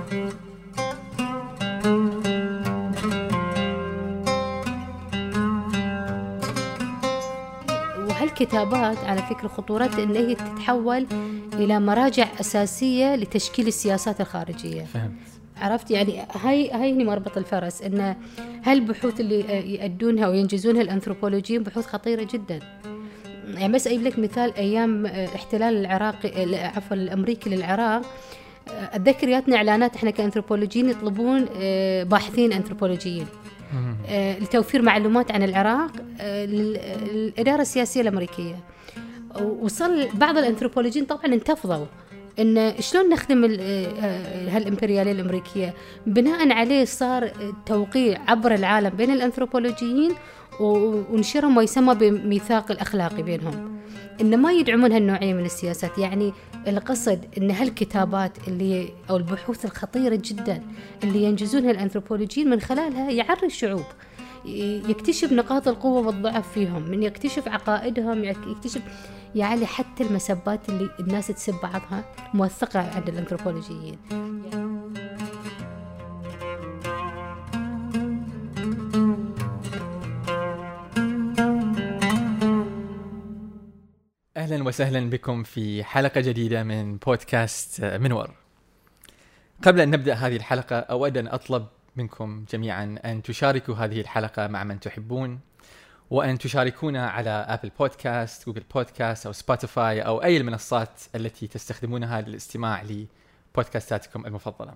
وهالكتابات على فكرة خطورتها إن هي تتحول إلى مراجع أساسية لتشكيل السياسات الخارجية. فهمت. عرفت يعني هاي مربط الفرس، إن هالبحوث اللي يؤدونها وينجزونها الأنثروبولوجيين بحوث خطيرة جدا. يعني بس أجيب لك مثال، أيام احتلال العراقي عفوا الأمريكي للعراق، أتذكر جاتنا إعلانات إحنا كأنثروبولوجيين يطلبون باحثين أنثروبولوجيين لتوفير معلومات عن العراق للإدارة السياسية الأمريكية. وصل بعض الأنثروبولوجيين طبعا انتفضوا إن شلون نخدم هالإمبريالية الأمريكية. بناء عليه صار توقيع عبر العالم بين الأنثروبولوجيين ونشرهم ما يسمى بميثاق الأخلاقي بينهم، إن ما يدعمون هالنوعية من السياسات. يعني القصد إن هالكتابات اللي أو البحوث الخطيرة جدا اللي ينجزونها الأنثروبولوجيين من خلالها يعري الشعوب، يكتشف نقاط القوة والضعف فيهم، من يكتشف عقائدهم، يكتشف يعني حتى المسبات اللي الناس تسب بعضها موثقة عند الأنثروبولوجيين. أهلا وسهلا بكم في حلقة جديدة من بودكاست منور. قبل أن نبدأ هذه الحلقة أود أن أطلب منكم جميعا أن تشاركوا هذه الحلقة مع من تحبون، وأن تشاركونا على أبل بودكاست، جوجل بودكاست أو سبوتيفاي أو أي المنصات التي تستخدمونها للاستماع لبودكاستاتكم المفضلة.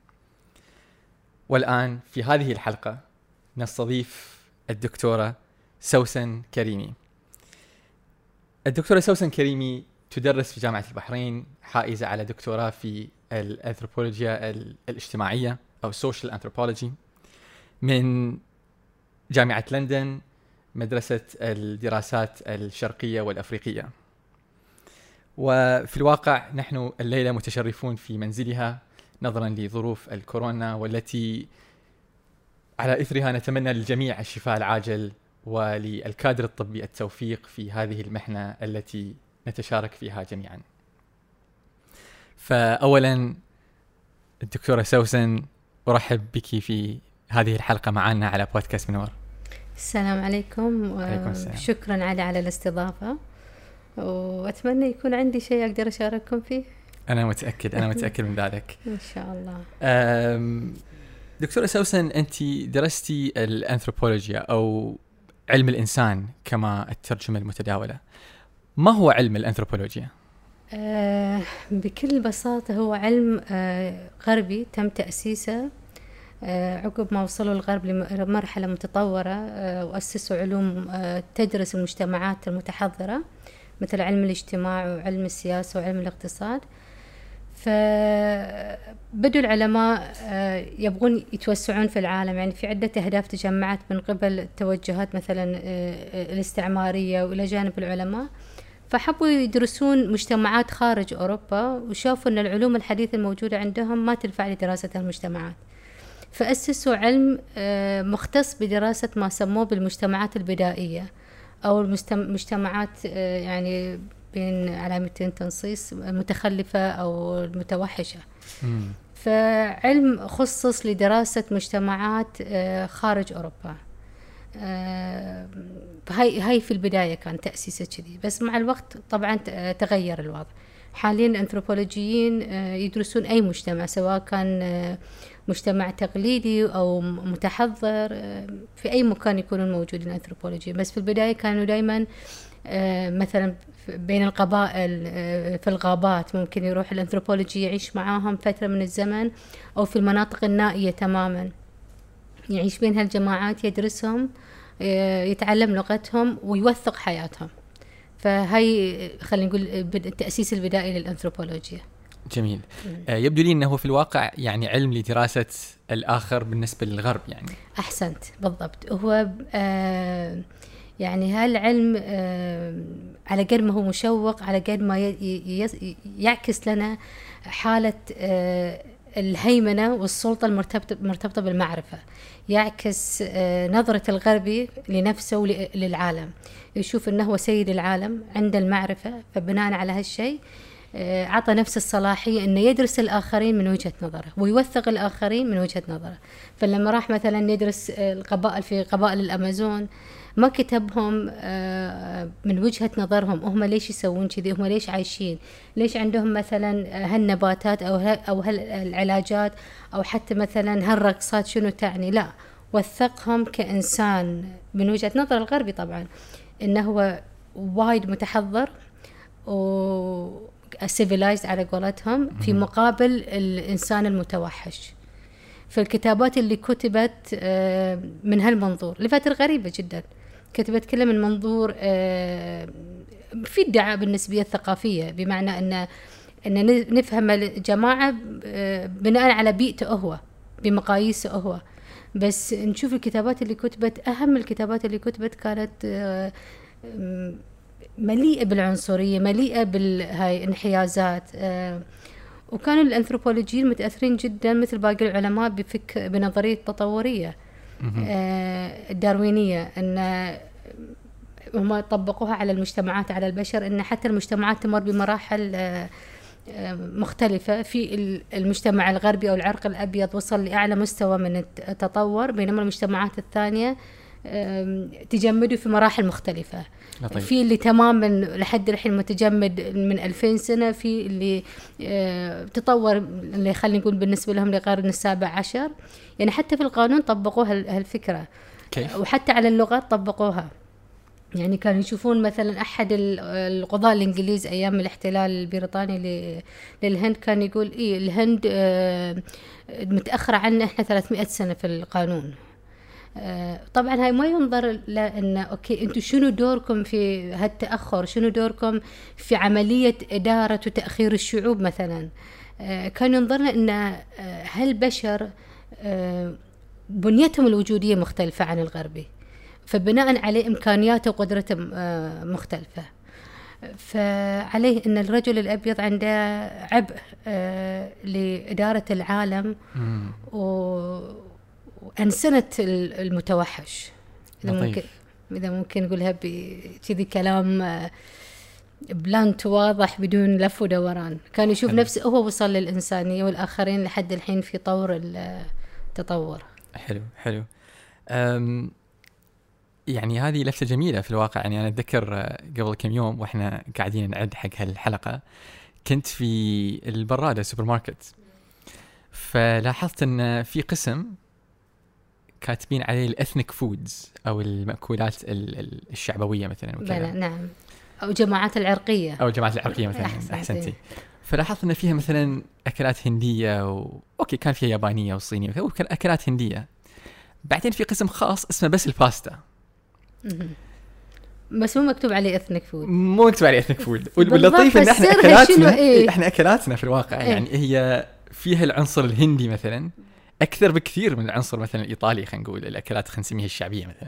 والآن في هذه الحلقة نستضيف الدكتورة سوسن كريمي. الدكتورة سوسن كريمي تدرس في جامعة البحرين، حائزة على دكتوراه في الأنثروبولوجيا الاجتماعية أو Social Anthropology من جامعة لندن، مدرسة الدراسات الشرقية والأفريقية. وفي الواقع نحن الليلة متشرفون في منزلها نظرا لظروف الكورونا، والتي على إثرها نتمنى للجميع الشفاء العاجل وللكادر الطبي التوفيق في هذه المحنة التي نتشارك فيها جميعا. فأولا الدكتورة سوسن، أرحب بك في هذه الحلقة معنا على بودكاست منور. السلام عليكم. شكرا على الاستضافة، وأتمنى يكون عندي شيء أقدر أشارككم فيه. أنا متأكد من ذلك إن شاء الله. دكتورة سوسن، أنت درستي الأنثروبولوجيا أو علم الإنسان كما الترجمة المتداولة. ما هو علم الأنثروبولوجيا؟ بكل بساطة هو علم غربي تم تأسيسه عقب ما وصلوا الغرب لمرحلة متطورة، وأسسوا علوم تدرس المجتمعات المتحضرة مثل علم الاجتماع وعلم السياسة وعلم الاقتصاد. فبدوا العلماء يبغون يتوسعون في العالم، يعني في عدة أهداف تجمعت من قبل التوجهات مثلا الاستعمارية وإلى جانب العلماء، فحبوا يدرسون مجتمعات خارج أوروبا، وشافوا أن العلوم الحديثة الموجودة عندهم ما تنفع لدراسة المجتمعات، فأسسوا علم مختص بدراسة ما سموه بالمجتمعات البدائية أو المجتمعات يعني بين علامتين تنصيص المتخلفة أو المتوحشة. فعلم خصص لدراسة مجتمعات خارج أوروبا. هاي في البداية كان تأسيسه كذي، بس مع الوقت طبعا تغير الوضع. حاليا الأنثروبولوجيين يدرسون أي مجتمع، سواء كان مجتمع تقليدي أو متحضر، في أي مكان يكونون موجودين أنثروبولوجيين. بس في البداية كانوا دايما مثلا بين القبائل في الغابات ممكن يروح الأنثروبولوجي يعيش معاهم فترة من الزمن، أو في المناطق النائية تماما يعيش بين هالجماعات، يدرسهم، يتعلم لغتهم ويوثق حياتهم. فهي خلينا نقول التأسيس البدائي للأنثروبولوجيا. جميل. يبدو لي أنه في الواقع يعني علم لدراسة الآخر بالنسبة للغرب. يعني أحسنت بالضبط. هو يعني هالعلم على قد ما هو مشوق، على قد ما يعكس لنا حالة الهيمنة والسلطة المرتبطة بالمعرفة، يعكس نظرة الغربي لنفسه وللعالم، يشوف أنه هو سيد العالم عند المعرفة، فبناء على هالشيء عطى نفس الصلاحية أنه يدرس الآخرين من وجهة نظره ويوثق الآخرين من وجهة نظره. فلما راح مثلا يدرس القبائل في قبائل الأمازون ما كتبهم من وجهة نظرهم هم ليش يسوون كذي، هم ليش عايشين، ليش عندهم مثلا هالنباتات أو هالعلاجات أو حتى مثلا هالرقصات شنو تعني. لا، وثقهم كإنسان من وجهة نظر الغربي طبعا إنه هو وايد متحضر و civilized على قولتهم في مقابل الإنسان المتوحش. فالكتابات اللي كتبت من هالمنظور لفترة غريبة جدا، كتبت كلها من منظور في ادعاء بالنسبية الثقافية، بمعنى أن نفهم الجماعة بناء على بيئته هو بمقاييسه هو. بس نشوف الكتابات اللي كتبت، أهم الكتابات اللي كتبت كانت مليئة بالعنصرية، مليئة بالهاي انحيازات. وكانوا الأنثروبولوجيين متأثرين جدا مثل باقي العلماء بنظرية التطورية الداروينية، أن هم طبقوها على المجتمعات، على البشر، أن حتى المجتمعات تمر بمراحل مختلفة. في المجتمع الغربي أو العرق الأبيض وصل لأعلى مستوى من التطور، بينما المجتمعات الثانية تجمدوا في مراحل مختلفة. لطيف. في اللي تماما لحد الحين متجمد من 2000 سنة، في اللي تطور اللي خلينا نقول بالنسبة لهم للقرن ال17. يعني حتى في القانون طبقوها هالفكرة. كيف؟ وحتى على اللغات طبقوها. يعني كانوا يشوفون مثلا أحد القضاة الإنجليز أيام الاحتلال البريطاني للهند كان يقول إيه الهند متأخرة عنا إحنا 300 سنة في القانون. طبعا هاي ما ينظر لأن أوكي أنتوا شنو دوركم في هالتأخر، شنو دوركم في عملية إدارة وتأخير الشعوب مثلا. كان ينظرنا أن هالبشر بنيتهم الوجودية مختلفة عن الغربي، فبناء عليه إمكانياته وقدرته مختلفة. فعليه أن الرجل الأبيض عنده عبء لإدارة العالم وأنسنة المتوحش، إذا ممكن نقولها بكذي كلام بلانت واضح بدون لف ودوران. كان يشوف نفسه هو وصل للإنسانية والآخرين لحد الحين في طور التطور. حلو. يعني هذه لفتة جميلة في الواقع. يعني أنا أتذكر قبل كم يوم وإحنا قاعدين نعد حق هالحلقة كنت في البرادة سوبر ماركت، فلاحظت أن في قسم كاتبين عليه الإثنيك فودز أو المأكولات الشعبوية مثلا وكذا. نعم، أو جماعات العرقية مثلا. أحسنتي. فلاحظت أن فيها مثلا أكلات هندية أوكي كان فيها يابانية وصينية وكان أكلات هندية. بعدين في قسم خاص اسمه بس الباستا، بس مو مكتوب عليه إثنيك فود. مو مكتوب عليه إثنيك فود. واللطيف إن إحنا أكلاتنا إحنا أكلاتنا في الواقع يعني هي فيها العنصر الهندي مثلا أكثر بكثير من العنصر مثلا الإيطالي. خلينا نقول الأكلات خلينا نسميها الشعبية مثلا.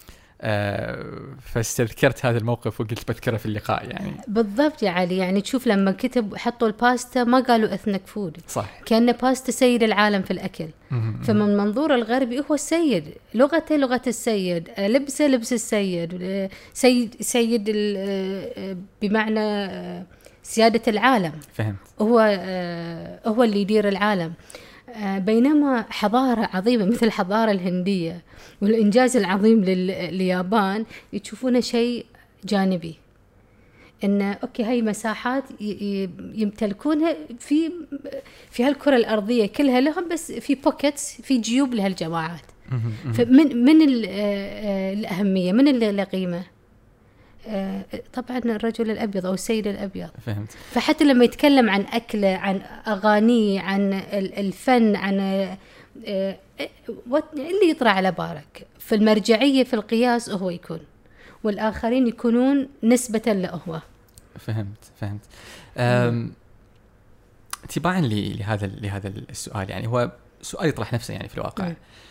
فاستذكرت هذا الموقف وقلت بذكره في اللقاء. يعني بالضبط يا علي. يعني تشوف لما حطوا الباستا ما قالوا إثنيك فود، صح، كأن باستا سيد العالم في الأكل. فمن منظور الغربي هو السيد، لغته لغة السيد، لبسه لبس السيد، سيد بمعنى سيادة العالم. فهمت. هو اللي يدير العالم. بينما حضارة عظيمة مثل الحضارة الهندية والإنجاز العظيم لليابان يشوفونه شيء جانبي، إن أوكي هاي مساحات يمتلكونها في هالكرة الأرضية كلها لهم، بس في بوكيتس، في جيوب لهالجماعات. فمن الأهمية، من القيمة طبعا الرجل الأبيض أو السيد الأبيض. فهمت. فحتى لما يتكلم عن أكله، عن أغانيه، عن الفن، عن اللي يطرح على بالك، في المرجعية في القياس هو يكون، والآخرين يكونون نسبة له هو. فهمت. تباعا لهذا السؤال، يعني هو سؤال يطرح نفسه يعني في الواقع.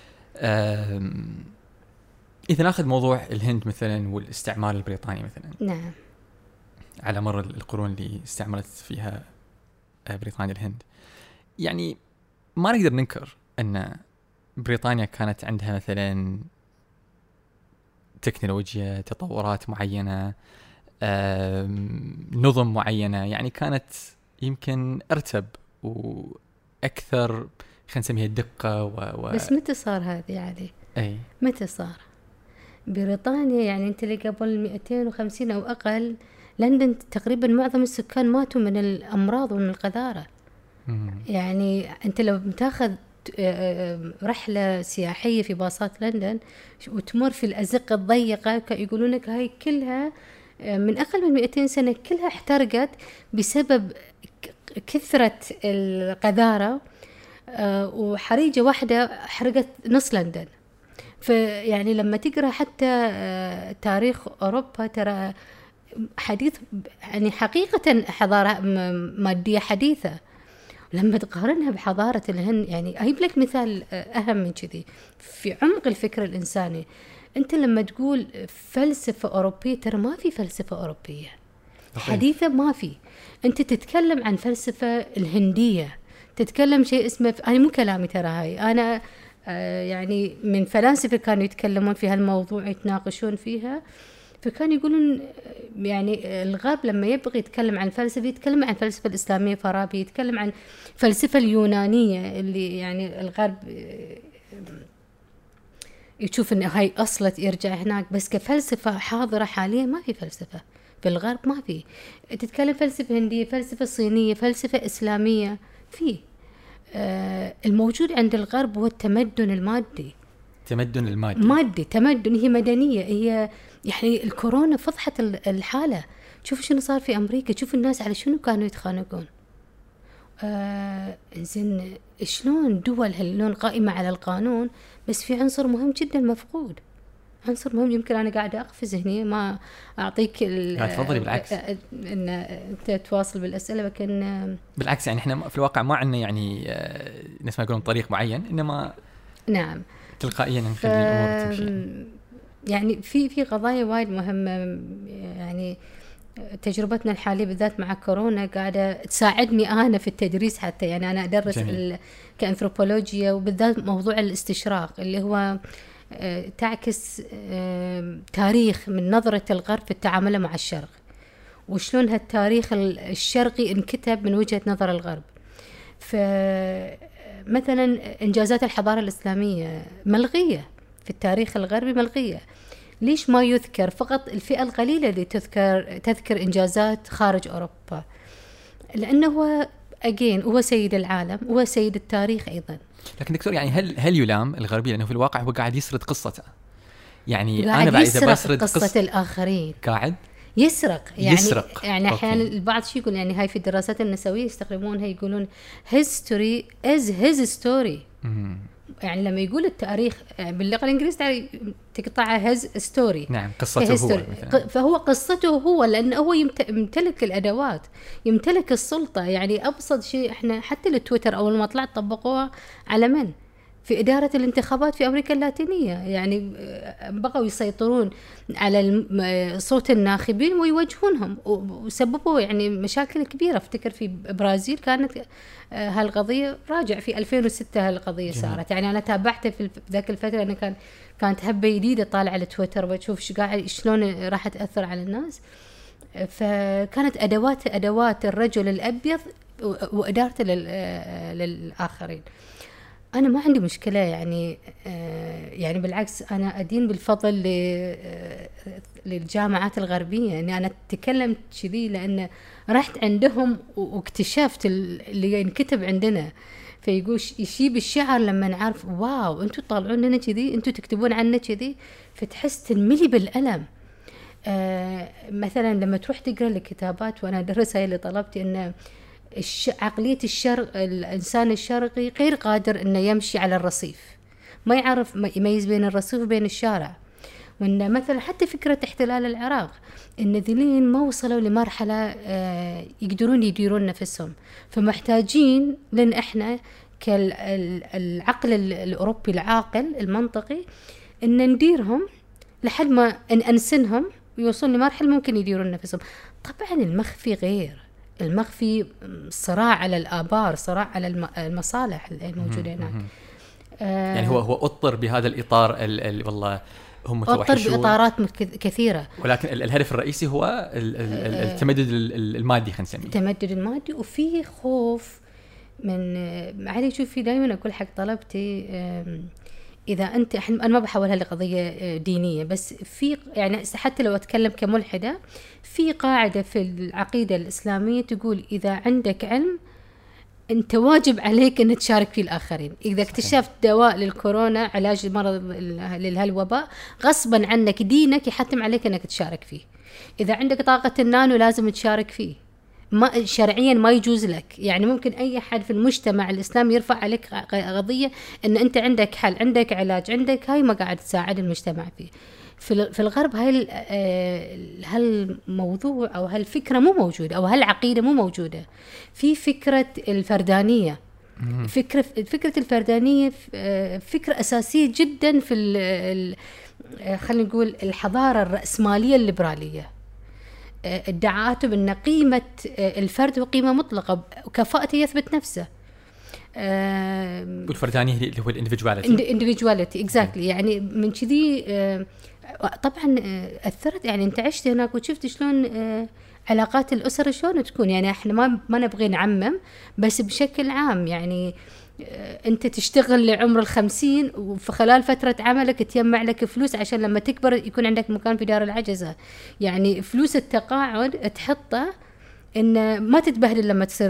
إذا نأخذ موضوع الهند مثلا والاستعمار البريطاني مثلا، نعم، على مر القرون اللي استعمرت فيها بريطانيا الهند، يعني ما نقدر ننكر أن بريطانيا كانت عندها مثلا تكنولوجيا، تطورات معينة، نظم معينة، يعني كانت يمكن أرتب وأكثر، خلينا نسميها دقة بس متى صار هذه علي؟ أي متى صار؟ بريطانيا يعني أنت اللي قبل 250 أو أقل، لندن تقريبا معظم السكان ماتوا من الأمراض ومن القذارة. يعني أنت لو بتاخذ رحلة سياحية في باصات لندن وتمر في الأزقة الضيقة، يقولونك هاي كلها من أقل من 200 سنة كلها احترقت بسبب كثرة القذارة، وحريقة واحدة حرقت نص لندن. فيعني لما تقرأ حتى تاريخ أوروبا ترى حديث يعني حقيقة حضارة مادية حديثة. لما تقارنها بحضارة الهند، يعني أجيب لك مثال أهم من كذي في عمق الفكر الإنساني. أنت لما تقول فلسفة أوروبية، ترى ما في فلسفة أوروبية حديثة، ما في. أنت تتكلم عن فلسفة الهندية، تتكلم شيء اسمه أنا مو كلامي ترى، هاي أنا يعني من فلاسفة كانوا يتكلمون في هالموضوع يتناقشون فيها، فكانوا يقولون يعني الغرب لما يبغي يتكلم عن فلسفة يتكلم عن فلسفة الإسلامية، فارابي يتكلم عن فلسفة اليونانية اللي يعني الغرب يشوف إن هاي أصلت يرجع هناك، بس كفلسفة حاضرة حاليا ما في فلسفة في الغرب، ما في. تتكلم فلسفة هندية، فلسفة صينية، فلسفة إسلامية، في الموجود عند الغرب هو التمدن المادي. تمدن المادي مادي، تمدن، هي مدنية، هي يعني الكورونا فضحت الحالة. شوف شنو صار في أمريكا، شوف الناس على شنو كانوا يتخانقون. إنزين شلون دول هاللون قائمة على القانون، بس في عنصر مهم جدا مفقود، عنصر مهم. يمكن أنا قاعدة أقفز هنا ما أعطيك تفضلي بالعكس إن أنت تواصل بالأسئلة، لكن بالعكس يعني إحنا في الواقع ما عندنا يعني نسمع يقولون طريق معين، إنما نعم تلقائيا نخلي الأمور تمشي. يعني في قضايا وايد مهمة، يعني تجربتنا الحالية بالذات مع كورونا قاعدة تساعدني أنا في التدريس، حتى يعني أنا أدرس كأنثروبولوجيا، وبالذات موضوع الاستشراق اللي هو تعكس تاريخ من نظرة الغرب في التعامل مع الشرق، وشلون هالتاريخ الشرقي انكتب من وجهة نظر الغرب. فمثلا إنجازات الحضارة الإسلامية ملغية في التاريخ الغربي، ملغية. ليش ما يذكر؟ فقط الفئة القليلة اللي تذكر إنجازات خارج أوروبا، لأنه هو هو سيد العالم، هو سيد التاريخ أيضا. لكن دكتور يعني هل يلام الغربي لأنه في الواقع هو قاعد يسرد قصته؟ يعني قاعد أنا بعد يسرق بسرد قصة الآخرين، قاعد يسرق. يعني أحيانا البعض شو يقول، يعني هاي في الدراسات النسوية يستخدمونها، يقولون history is his story. يعني لما يقول التاريخ باللغة الإنجليزية تقطعها his story. نعم، قصته هو مثلا. فهو قصته هو، لأنه هو يمتلك الأدوات، يمتلك السلطة. يعني أبسط شيء إحنا حتى التويتر أول ما طلعت طبقوها على من؟ في إدارة الانتخابات في أمريكا اللاتينية، يعني بقوا يسيطرون على صوت الناخبين ويوجهونهم، وسببوا يعني مشاكل كبيرة. افتكر في برازيل كانت هالقضية، راجع في 2006 هالقضية صارت. يعني أنا تابعته في ذاك الفترة، أنا كانت هبة جديدة طالع على تويتر وتشوف شلون راح تأثر على الناس. فكانت أدوات الرجل الأبيض وإدارته للآخرين. أنا ما عندي مشكلة، يعني بالعكس أنا أدين بالفضل للجامعات الغربية. يعني أنا تكلمت كذي لأن رحت عندهم واكتشفت اللي ينكتب عندنا، فيقول يشيب الشعر لما نعرف واو أنتوا تطلعون لنا كذي، أنتوا تكتبون عنا كذي، فتحس تنملي بالألم. مثلا لما تروح تقرأ الكتابات، وأنا أدرسها اللي طلبتي، إن عقلية الإنسان الشرقي غير قادر إنه يمشي على الرصيف، ما يعرف يميز بين الرصيف وبين الشارع. وإن مثلا حتى فكرة احتلال العراق، إن ذلين ما وصلوا لمرحلة يقدرون يديرون نفسهم، فمحتاجين لن إحنا كالعقل الأوروبي العاقل المنطقي إن نديرهم لحد ما نأنسنهم ويوصلون لمرحلة ممكن يديرون نفسهم. طبعا المخفي غير، المخفي صراع على الآبار، صراع على المصالح الموجودة هناك. يعني هو أضطر بهذا الإطار والله هم أطر متوحشون بإطارات كثيرة، ولكن الهدف الرئيسي هو التمدد المادي، خلينا نسميه التمدد المادي. وفي خوف من علي. شوفي دائما أقول حق طلبتي إذا أنت أنا ما بحولها لقضية دينية، بس في يعني حتى لو أتكلم كملحدة، في قاعدة في العقيدة الإسلامية تقول إذا عندك علم أنت واجب عليك أن تشارك فيه الآخرين. إذا اكتشفت دواء للكورونا، علاج مرض للهالوباء، غصبا عنك دينك يحتم عليك أنك تشارك فيه. إذا عندك طاقة النانو لازم تشارك فيه، ما شرعيا ما يجوز لك. يعني ممكن أي حد في المجتمع الإسلامي يرفع عليك قضية أن أنت عندك حل، عندك علاج، عندك هاي ما قاعد تساعد المجتمع فيه. في الغرب هالموضوع أو هالفكرة مو موجودة، أو هالعقيدة مو موجودة. في فكرة الفردانية، فكرة الفردانية فكرة أساسية جدا في خلينا نقول الحضارة الرأسمالية الليبرالية. ادعاءاته بأن قيمة الفرد وقيمة مطلقة، وكفاءته يثبت نفسه. والفردانية اللي هو individuality exactly. يعني من كذي طبعا أثرت. يعني أنت عشت هناك وشفت شلون علاقات الأسر شلون تكون. يعني احنا ما نبغي نعمم، بس بشكل عام يعني أنت تشتغل لعمر 50 وفي خلال فترة عملك تجمع لك فلوس عشان لما تكبر يكون عندك مكان في دار العجزة. يعني فلوس التقاعد تحطه إن ما تتبهدل لما تصير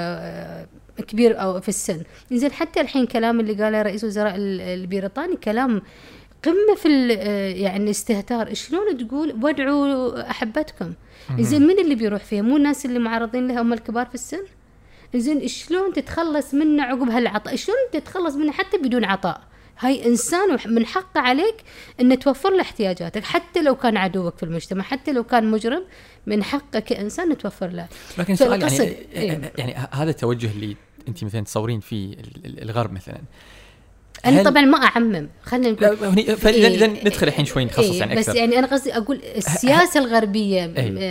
كبير أو في السن. إنزين حتى الحين كلام اللي قاله رئيس وزراء البريطاني كلام قمة في يعني استهتار. شلون تقول ودعوا أحبتكم؟ إنزين من اللي بيروح فيها؟ مو الناس اللي معرضين لها هم الكبار في السن؟ إنزين شلون تتخلص منه عقب هالعطاء؟ شلون تتخلص منه حتى بدون عطاء؟ هاي إنسان من حقه عليك أن توفر له احتياجاتك، حتى لو كان عدوك في المجتمع، حتى لو كان مجرم، من حقك كإنسان توفر له. لكن سؤال يعني هذا التوجه اللي أنت مثلا تصورين في الغرب مثلا. أنا طبعا ما أعمم، خلينا نقول ندخل الحين شوي نخصص يعني أكثر. بس يعني أنا قصدي أقول السياسة الغربية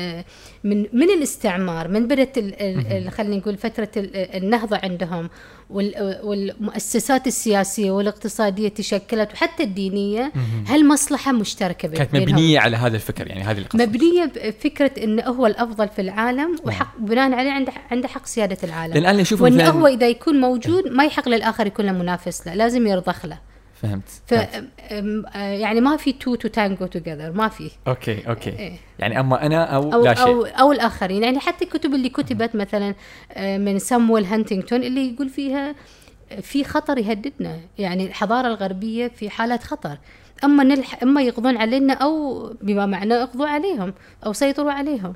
من الاستعمار، من بدأت خلينا نقول فترة النهضة عندهم، والمؤسسات السياسية والاقتصادية تشكلت، وحتى الدينية، هالمصلحة مشتركة بينهم. كانت مبنية على هذا الفكر، يعني هذه القصة مبنية بفكرة إنه هو الأفضل في العالم، وحق بناء عليه عنده حق سيادة العالم. لأن أنا أشوف وإنه هو إذا يكون موجود ما يحق للآخر يكون له منافس له، لازم يرضخ له. فهمت. يعني ما في تو تانجو توجذر، ما في. أوكي. يعني أما أنا أو لا شيء أو الآخرين. يعني حتى الكتب اللي كتبت مثلا من سامويل هانتينغتون اللي يقول فيها في خطر يهددنا، يعني الحضارة الغربية في حالة خطر، أما يقضون علينا أو بما معناه يقضوا عليهم أو سيطروا عليهم.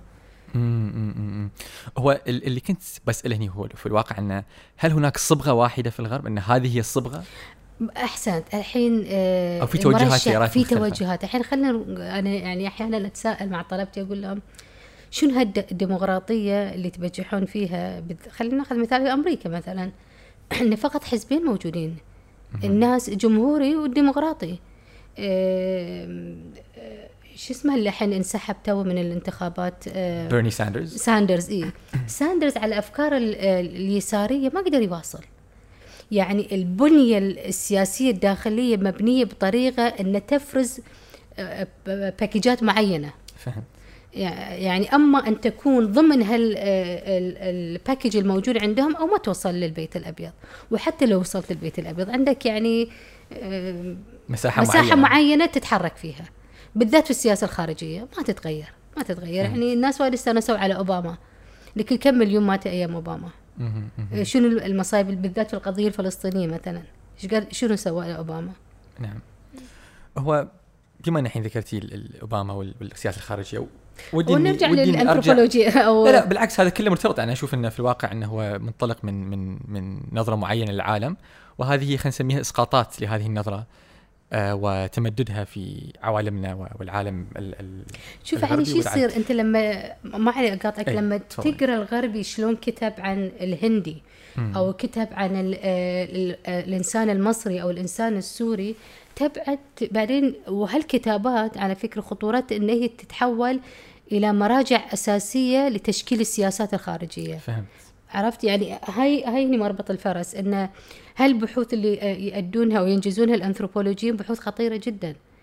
هو اللي كنت بسأله هنا هو في الواقع أنه هل هناك صبغة واحدة في الغرب، أن هذه هي الصبغة؟ أحسنت. الحين أو في توجهات، في توجهات. الحين أنا يعني أحيانا أتساءل مع طلبتي أقول لهم شنو هالديمقراطية اللي تبجحون فيها؟ خلينا ناخذ مثال في أمريكا مثلا، إن فقط حزبين موجودين، الناس جمهوري والديمقراطي. شو اسمه اللي الحين انسحب تو من الانتخابات؟ بيرني ساندرز. ساندرز على الأفكار اليسارية ما قدر يواصل. يعني البنية السياسية الداخلية مبنية بطريقة أن تفرز باكيجات معينة. فهمت. يعني أما أن تكون ضمن الباكيج الموجود عندهم، أو ما توصل للبيت الأبيض. وحتى لو وصلت للبيت الأبيض عندك يعني مساحة معينة تتحرك فيها، بالذات في السياسة الخارجية ما تتغير. يعني الناس وايد استانسوا على أوباما، لكن كم مليون مات أيام أوباما. شنو المصايب بالذات في القضية الفلسطينية مثلا؟ شنو سوى أوباما؟ نعم. هو بما أن الحين ذكرتي أوباما والسياسة الخارجية، ونرجع للأنثروبولوجيا لا بالعكس، هذا كله مرتبط. أنا أشوف أنه في الواقع أنه هو منطلق من نظرة معينة للعالم، وهذه خلينا نسميها إسقاطات لهذه النظرة وتمددها في عوالمنا والعالم شوف يعني شو يصير أنت لما ما علي أقاطعك لما تقرأ الغربي شلون كتب عن الهندي أو كتب عن الإنسان المصري أو الإنسان السوري، تبعد بعدين. وهالكتابات على فكرة خطورة إن هي تتحول إلى مراجع أساسية لتشكيل السياسات الخارجية. فهمت. عرفت يعني هاي مربط الفرس، إن هالبحوث اللي يؤدونها وينجزونها الأنثروبولوجيين بحوث خطيرة جدا.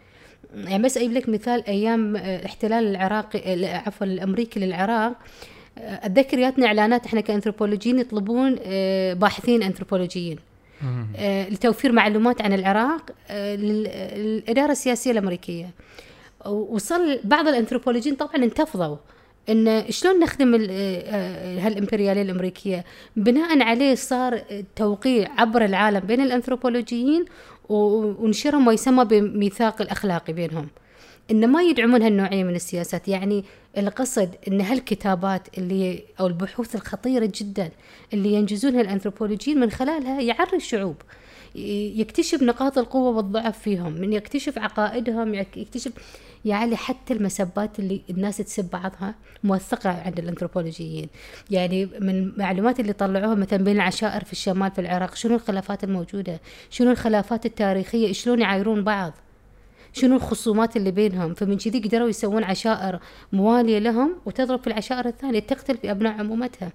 يعني بس أجيب لك مثال أيام احتلال العراق عفوا الأمريكي للعراق، أتذكر جاتنا إعلانات إحنا كأنثروبولوجيين يطلبون باحثين أنثروبولوجيين لتوفير معلومات عن العراق للإدارة السياسية الأمريكية. وصل بعض الأنثروبولوجيين طبعا انتفضوا إن شلون نخدم هالإمبريالية الأمريكية. بناء عليه صار توقيع عبر العالم بين الأنثروبولوجيين ونشرهم ويسمى بميثاق الأخلاقي بينهم إن ما يدعمون هالنوعية من السياسات. يعني القصد إن هالكتابات اللي أو البحوث الخطيرة جدا اللي ينجزونها الأنثروبولوجيين من خلالها يعرف الشعوب، يكتشف نقاط القوة والضعف فيهم، من يكتشف عقائدهم، يكتشف يعني حتى المسبات اللي الناس تسب بعضها موثقة عند الأنثروبولوجيين. يعني من المعلومات اللي طلعوها مثلا بين العشائر في الشمال في العراق شنو الخلافات الموجودة، شنو الخلافات التاريخية، شلون يعايرون بعض، شنو الخصومات اللي بينهم. فمن كذي قدروا يسوون عشائر موالية لهم وتضرب في العشائر الثانية تقتل في أبناء عمومتها.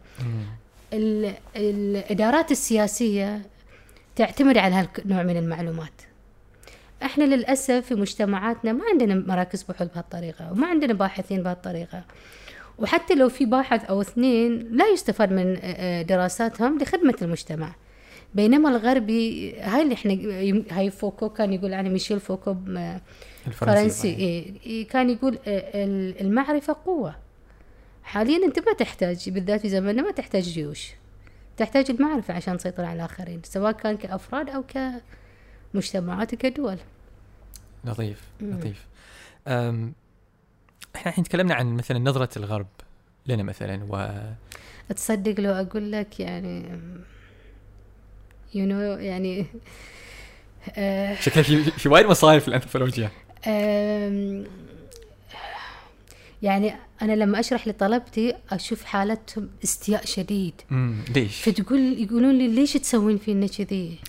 الإدارات السياسية تعتمد على هالنوع من المعلومات. احنا للأسف في مجتمعاتنا ما عندنا مراكز بحوث بهالطريقة وما عندنا باحثين بهالطريقة، وحتى لو في باحث أو اثنين لا يستفاد من دراساتهم لخدمة المجتمع. بينما الغربي هاي اللي احنا هاي فوكو كان يقول عنه ميشيل فوكو الفرنسي كان يقول المعرفة قوة. حاليا انت ما تحتاج بالذات في زماننا ما تحتاج جيوش، تحتاج المعرفة عشان تسيطر على الآخرين سواء كان كأفراد أو كمجتمعات وكدول. لطيف. احنا الحين تكلمنا عن مثلا نظرة الغرب لنا مثلا تصدق لو أقول لك يعني يعني شكله في وايد مصاير في الأنثروبولوجيا. يعني أنا لما أشرح لطلبتي أشوف حالتهم استياء شديد. ليش؟ يقولون لي ليش تسوين فينا كذي؟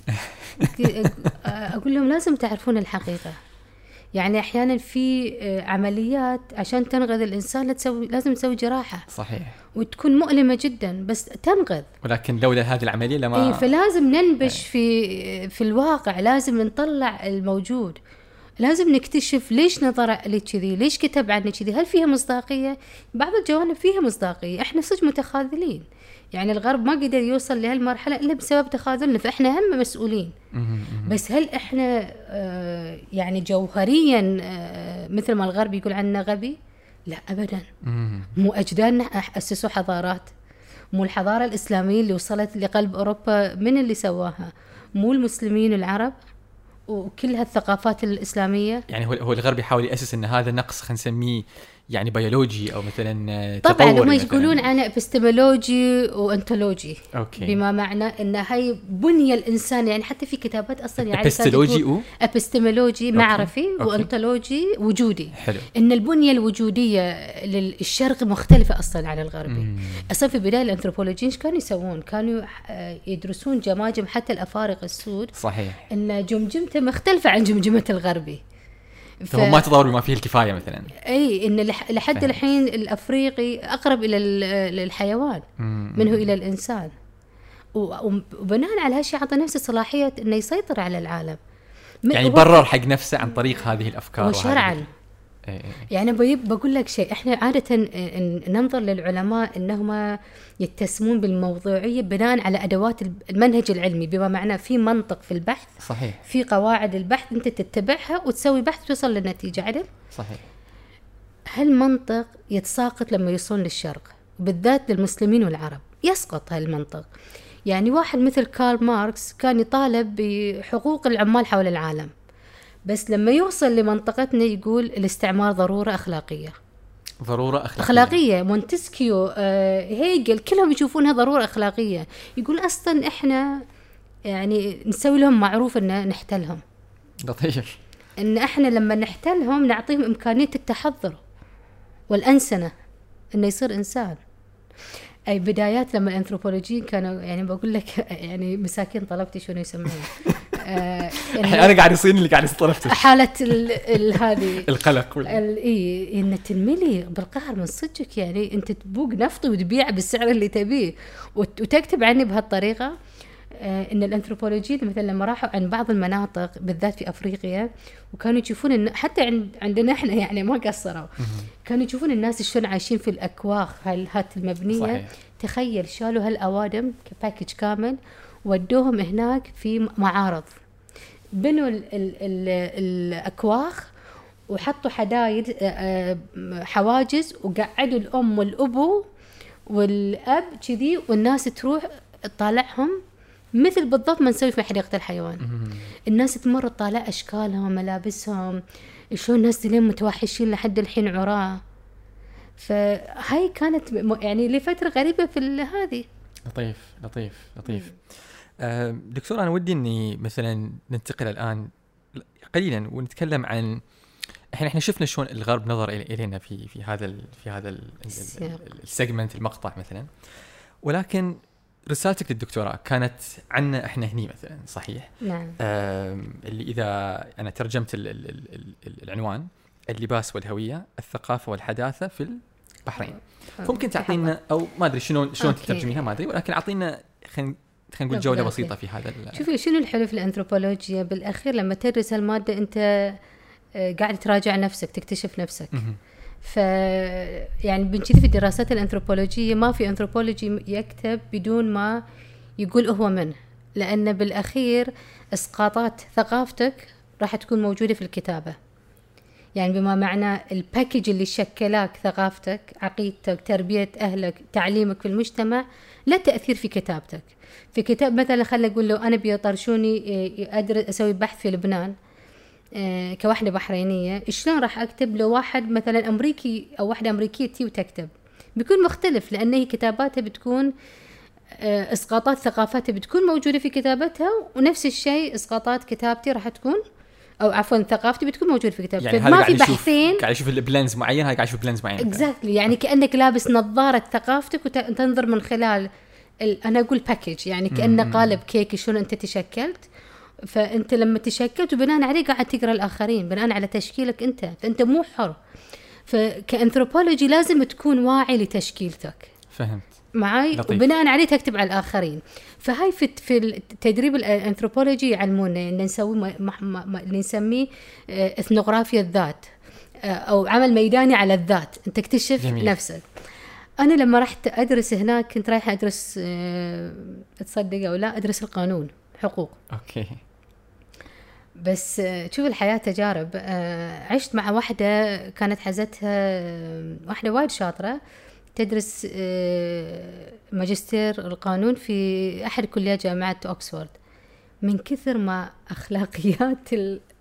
أقول لهم لازم تعرفون الحقيقة. يعني أحيانا في عمليات عشان تنقذ الإنسان لازم تسوي جراحة. صحيح. وتكون مؤلمة جدا بس تنقذ. ولكن لولا هذه العملية لما. فلازم ننبش في الواقع، لازم نطلع الموجود، لازم نكتشف ليش نظر لي كذي، ليش كتب عني كذي، هل فيها مصداقية؟ بعض الجوانب فيها مصداقية. احنا صدق متخاذلين، يعني الغرب ما قدر يوصل لهالمرحلة إلا بسبب تخاذلنا، فإحنا هم مسؤولين. بس هل إحنا يعني جوهريا مثل ما الغرب يقول عنا غبي؟ لا أبدا. مو أجدادنا أسسوا حضارات، مو الحضارة الإسلامية اللي وصلت لقلب أوروبا من اللي سواها؟ مو المسلمين العرب وكل هالثقافات الإسلامية. يعني هو الغرب يحاول يأسس أن هذا نقص خلينا نسميه يعني بيولوجي أو مثلا طبعا هم يقولون عنه ابستمولوجي وانتولوجي. أوكي. بما معنى ان هاي بنية الانسان، يعني حتى في كتابات اصلا يعني ابستمولوجي معرفي وانتولوجي وجودي. حلو. ان البنية الوجودية للشرق مختلفة اصلا عن الغربي. اصلا في بداية الانثروبولوجيين كانوا يسوون، كانوا يدرسون جماجم حتى الافارقه السود. صحيح. ان جمجمته مختلفة عن جمجمة الغربي، فهم ما تطوروا بما فيه الكفاية مثلا. اي ان لحد الحين الافريقي اقرب الى الحيوان منه الى الانسان، وبناء على هالشيء عطى نفسه صلاحية انه يسيطر على العالم، يعني برر حق نفسه عن طريق هذه الافكار وشرعا. يعني بقول لك شيء، احنا عادة ننظر للعلماء انهم يتسمون بالموضوعية بناء على ادوات المنهج العلمي، بما معناه في منطق في البحث. صحيح. في قواعد البحث انت تتبعها وتسوي بحث توصل للنتيجة. عدل. صحيح. هالمنطق يتساقط لما يوصلون للشرق، وبالذات للمسلمين والعرب يسقط هالمنطق. يعني واحد مثل كارل ماركس كان يطالب بحقوق العمال حول العالم، بس لما يوصل لمنطقتنا يقول الاستعمار ضرورة أخلاقية. ضرورة أخلاقية. مونتسكيو، هيجل، كلهم يشوفونها ضرورة أخلاقية. يقول أصلا إحنا يعني نسوي لهم معروف أن نحتلهم. لطيف. إن إحنا لما نحتلهم نعطيهم إمكانية التحضر والأنسنة إنه يصير إنسان. أي بدايات لما الأنثروبولوجيين كانوا يعني بقول لك يعني مساكين طلبتي شنو يسمون. أنا قاعد يصير اللي قاعد طلبته حالة هذه القلق إن تنملي بالقهر من صدقك. يعني أنت تبوق نفطي وتبيع بالسعر اللي تبيه وتكتب عني بهالطريقة. ان الانثروبولوجيين مثلا لما راحوا عن بعض المناطق بالذات في افريقيا وكانوا يشوفون إن حتى عندنا احنا يعني ما قصروا، كانوا يشوفون الناس شلون عايشين في الاكواخ هات المبنيه. صحيح. تخيل شالوا هالاوادم كباكج كامل ودوهم هناك في معارض، بنوا الاكواخ وحطوا حدايد حواجز وقعدوا الام والابو والاب كذي، والناس تروح تطالعهم مثل بالضبط ما نسوي في حديقة الحيوان. الناس تمر تطالع أشكالهم ملابسهم شلون الناس دي متوحشين لحد الحين عراة. فهاي كانت يعني لفترة غريبة في هذه. لطيف. دكتور أنا ودي إني مثلا ننتقل الآن قليلا ونتكلم عن احنا شفنا شلون الغرب نظر الينا في هذا السيجمنت المقطع مثلا، ولكن رسالتك للدكتوراه كانت عنا احنا هني مثلا، صحيح؟ نعم. اللي اذا انا ترجمت العنوان اللباس والهوية، الثقافة والحداثة في البحرين. ممكن تعطينا او ما ادري شلون تترجميها ما ادري، ولكن اعطينا خلينا نقول جولة بسيطة في هذا. شوفي شنو الحلو في الانثروبولوجيا بالاخير لما تدرس المادة انت قاعد تراجع نفسك، تكتشف نفسك. يعني بنشوف في الدراسات الانثروبولوجية ما في انثروبولوجي يكتب بدون ما يقول هو منه، لأن بالأخير إسقاطات ثقافتك راح تكون موجودة في الكتابة. يعني بما معنى الباكيج اللي شكلاك ثقافتك، عقيدتك، تربية أهلك، تعليمك في المجتمع لا تأثير في كتابتك. في كتاب مثلا خلنا نقول له أنا بيطرشوني أسوي بحث في لبنان كواحدة بحرينية، شلون راح أكتب لو واحد مثلا أمريكي أو واحدة أمريكية تي وتكتب؟ بيكون مختلف، لأن هي كتاباتها بتكون إسقاطات ثقافتها بتكون موجودة في كتابتها، ونفس الشيء إسقاطات كتابتي راح تكون، أو عفوا ثقافتي بتكون موجودة في كتابتي. يعني ما في بحثين قاعد يشوف البلانز معين، هاي قاعد يشوف بلانز معين. exactly. يعني كأنك لابس نظارة ثقافتك وتنظر من خلال أنا أقول باكيج، يعني كأنه قالب كيك شلون أنت تشكلت. فأنت لما تشكلت وبناء عليه قاعد تقرأ الآخرين بناء على تشكيلك أنت، فأنت مو حر. فكأنثروبولوجي لازم تكون واعي لتشكيلتك. فهمت معي؟ لطيف. وبناء عليه تكتب على الآخرين. فهاي في التدريب الأنثروبولوجي يعلمونا إن نسوي اللي نسميه إثنوغرافيا الذات، أو عمل ميداني على الذات، أنت تكتشف نفسك. أنا لما رحت أدرس هناك كنت رايحة أدرس تصدق أو لا أدرس القانون حقوق. أوكي. بس شوف الحياة تجارب. عشت مع واحدة كانت حزتها، واحدة وايد شاطرة تدرس ماجستير القانون في أحد كليات جامعة أوكسفورد. من كثر ما أخلاقيات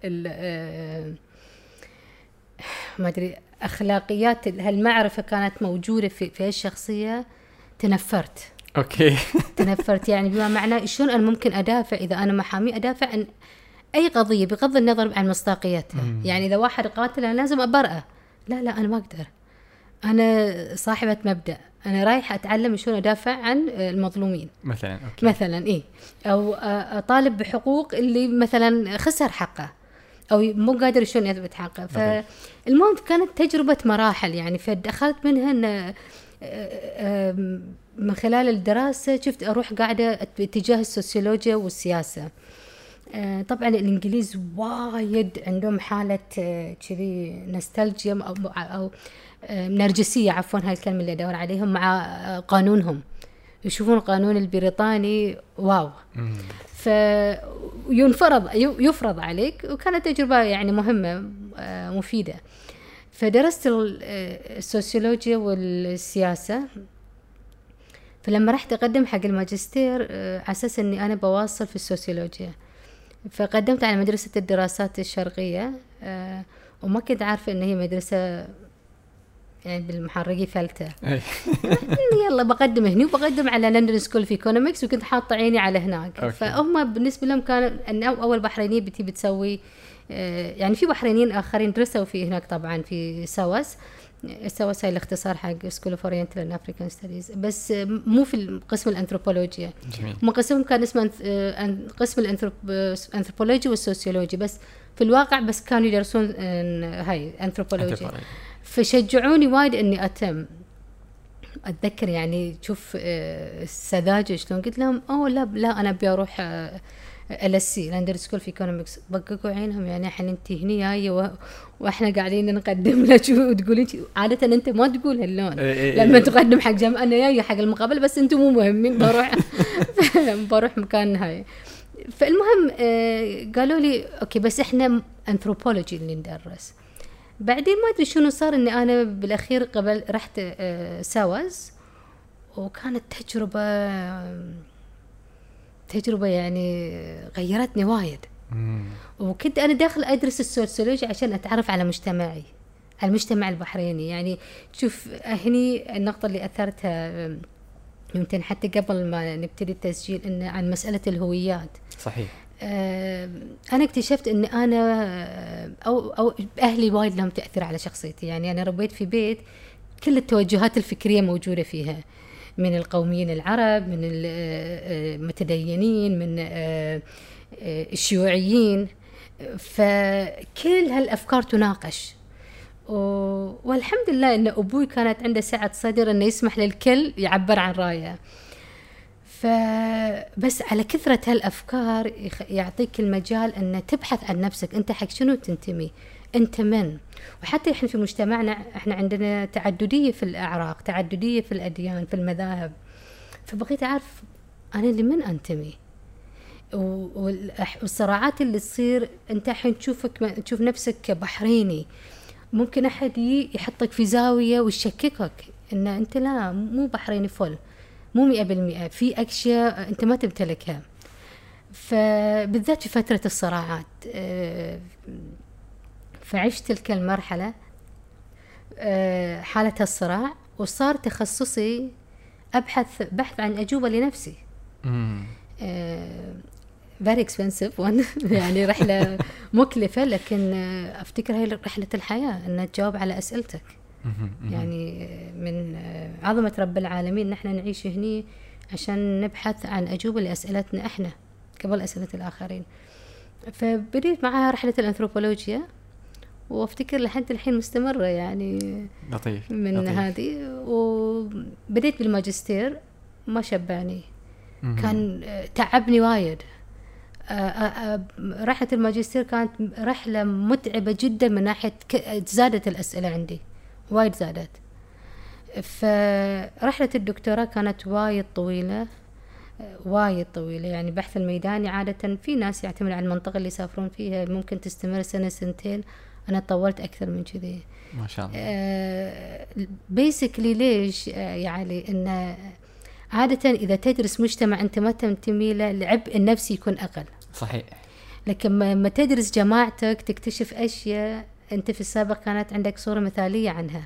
ما أدري أخلاقيات هالمعرفة كانت موجودة في الشخصية، تنفرت. أوكي. تنفرت يعني بما معناه شلون أنا ممكن أدافع إذا أنا محامي أدافع عن أي قضية بغض النظر عن مصداقيتها. يعني إذا واحد قاتل أنا لازم أبرأه، لا أنا ما أقدر، أنا صاحبة مبدأ، أنا رايحة أتعلم شلون أدافع عن المظلومين مثلا. أوكي. مثلا إيه، أو أطالب بحقوق اللي مثلا خسر حقه أو مو قادر شلون يثبت حقه. فالمهم كانت تجربة مراحل يعني. فدخلت منها إن من خلال الدراسة شفت أروح قاعدة باتجاه السوسيولوجيا والسياسة. طبعا الإنجليز وايد عندهم حالة كذي نستالجيا أو نرجسية، عفوا هاي الكلمة اللي أدور عليهم، مع قانونهم. يشوفون القانون البريطاني واو، يفرض عليك. وكانت تجربة يعني مهمة مفيدة. فدرست السوسيولوجيا والسياسة. فلما رحت أقدم حق الماجستير على أساس أني أنا بواصل في السوسيولوجيا، فقدمت على مدرسة الدراسات الشرقية، وما كنت عارفة أن هي مدرسة يعني بالمحرقي فلتة. يلا بقدم هني وبقدم على لندن سكول في إيكونومكس، وكنت حاطة عيني على هناك. فهم بالنسبة لهم كان أن أول بحرينية بتسوي، يعني في بحرينيين آخرين درسوا في هناك طبعا في سوس هاي الاختصار حق School of Oriental and African Studies، بس مو في قسم الأنثروبولوجيا. من قسمهم كان اسمه قسم الأنثروبولوجيا والسوسيولوجيا، بس في الواقع بس كانوا يدرسون هاي أنثروبولوجيا. فشجعوني وايد إني أتم. اتذكر يعني تشوف السذاجه شلون قلت لهم لا انا ابي اروح LSE لندن سكول في ايكونومكس. بققوا عينهم يعني الحين انت هني جايه واحنا قاعدين نقدم لك وتقولين عاده انت ما تقول هاللون لما تقدم حق جامعه انا جايه حق المقابله بس انتم مو مهمين بروح مكان هاي. فالمهم قالوا لي اوكي بس احنا انثروبولوجي اللي ندرس. بعدين ما ادري شنو صار اني انا بالاخير قبل رحت ساوز وكانت تجربه يعني غيرتني وايد. وكنت انا داخل ادرس السوسيولوجيا عشان اتعرف على مجتمعي، على المجتمع البحريني. يعني شوف هني النقطه اللي اثرتها يمكن حتى قبل ما نبتدي التسجيل إن عن مساله الهويات. صحيح. أنا اكتشفت إن أنا أو أهلي وايد لهم تأثير على شخصيتي. يعني أنا ربيت في بيت كل التوجهات الفكرية موجودة فيها، من القوميين العرب، من المتدينين، من الشيوعيين، فكل هالأفكار تناقش. والحمد لله إن أبوي كانت عنده سعة صدر إنه يسمح للكل يعبر عن رأيه. فبس على كثرة هالأفكار يعطيك المجال أن تبحث عن نفسك، أنت حق شنو تنتمي، أنت من. وحتى إحنا في مجتمعنا إحنا عندنا تعددية في الأعراق، تعددية في الأديان، في المذاهب. فبغيت أعرف أنا اللي من أنتمي. والصراعات اللي تصير أنت حين تشوف نفسك بحريني، ممكن أحد يحطك في زاوية ويشككك إن أنت لا مو بحريني فل، مو 100%، في أشياء أنت ما تمتلكها. فبالذات في فترة الصراعات فعشت تلك المرحلة، حالة الصراع، وصار تخصصي بحث عن أجوبة لنفسي. very expensive one يعني رحلة مكلفة، لكن أفتكر هي رحلة الحياة أن تجاوب على أسئلتك. يعني من عظمة رب العالمين نحن نعيش هني عشان نبحث عن أجوبة لأسئلتنا إحنا قبل أسئلة الآخرين. فبديت معها رحلة الأنثروبولوجيا، وافتكر لحد الحين مستمرة يعني. لطيف. من لطيف. هذه وبديت بالماجستير ما شبعني. كان تعبني وايد. رحلة الماجستير كانت رحلة متعبة جدا من ناحية زادت الأسئلة عندي وايد زادت. فرحلة الدكتوراه كانت وايد طويلة يعني بحث الميداني عادة في ناس يعتمد على المنطقة اللي يسافرون فيها ممكن تستمر سنة سنتين، أنا طولت أكثر من كذي ما شاء الله. بيسكلي ليش يعني إن عادة إذا تدرس مجتمع أنت ما تنتمي له العبء النفسي يكون أقل. صحيح. لكن لما تدرس جماعتك تكتشف أشياء أنت في السابق كانت عندك صورة مثالية عنها.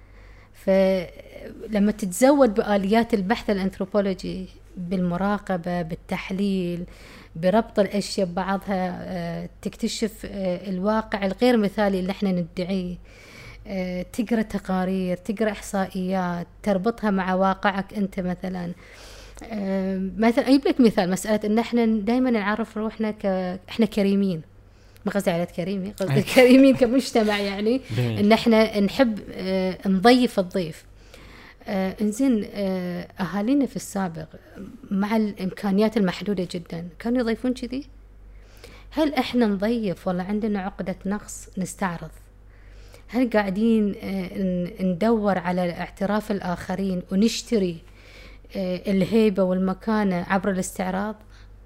فلما تتزود بآليات البحث الأنثروبولوجي، بالمراقبة، بالتحليل، بربط الأشياء ببعضها، تكتشف الواقع الغير مثالي اللي احنا ندعيه. تقرأ تقارير، تقرأ إحصائيات، تربطها مع واقعك أنت. مثلا أجيب لك مثال، مسألة إن احنا دايما نعرف روحنا احنا كريمين، ما قصدي على كريمي، قصدي كريمين كمجتمع يعني إن احنا نحب نضيف الضيف. انزين أهالينا في السابق مع الإمكانيات المحدودة جدا كانوا يضيفون كذي. هل احنا نضيف ولا عندنا عقدة نقص نستعرض؟ هل قاعدين ندور على اعتراف الآخرين ونشتري الهيبة والمكانة عبر الاستعراض؟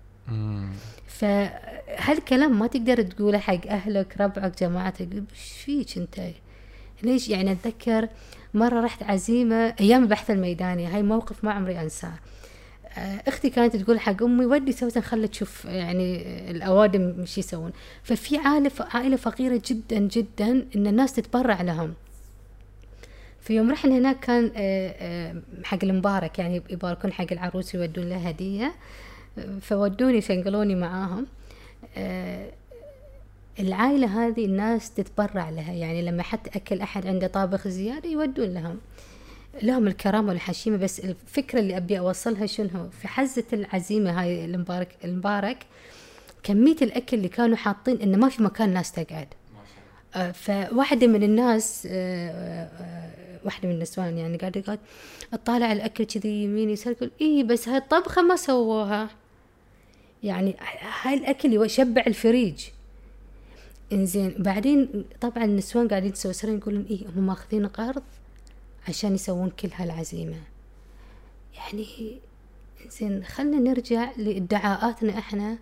فهالكلام ما تقدر تقوله حق أهلك، ربعك، جماعتك. إيش فيك أنت؟ ليش؟ يعني أتذكر مرة رحت عزيمة أيام البحث الميداني، هاي موقف ما عمري أنساه. أختي كانت تقول حق أمي ودي سوسن خلت تشوف يعني الأوادم مش يسوون. ففي عائلة فقيرة جدا جدا إن الناس تتبرع لهم. في يوم رحنا هناك كان حق المبارك، يعني يباركون حق العروس يودون له هدية، فودوني شنقلوني معاهم. العائلة هذه الناس تتبرع لها، يعني لما حتى أكل أحد عنده طابخ زيادة يودون لهم الكرامة والحشيمة. بس الفكرة اللي أبي أوصلها شنو؟ في حزة العزيمة هاي المبارك كمية الأكل اللي كانوا حاطين إنه ما في مكان ناس تقعد. فواحدة من الناس واحدة من النسوان يعني قاعدة اطالع الاكل كذي يمين يسار، يقول ايه بس هاي الطبخة ما سووها، يعني هاي الاكل يشبع الفريج. انزين بعدين طبعا النسوان قاعدين يتسوسرين يقولون ايه هم ماخذين قرض عشان يسوون كل هالعزيمة. يعني انزين خلنا نرجع لادعاءاتنا احنا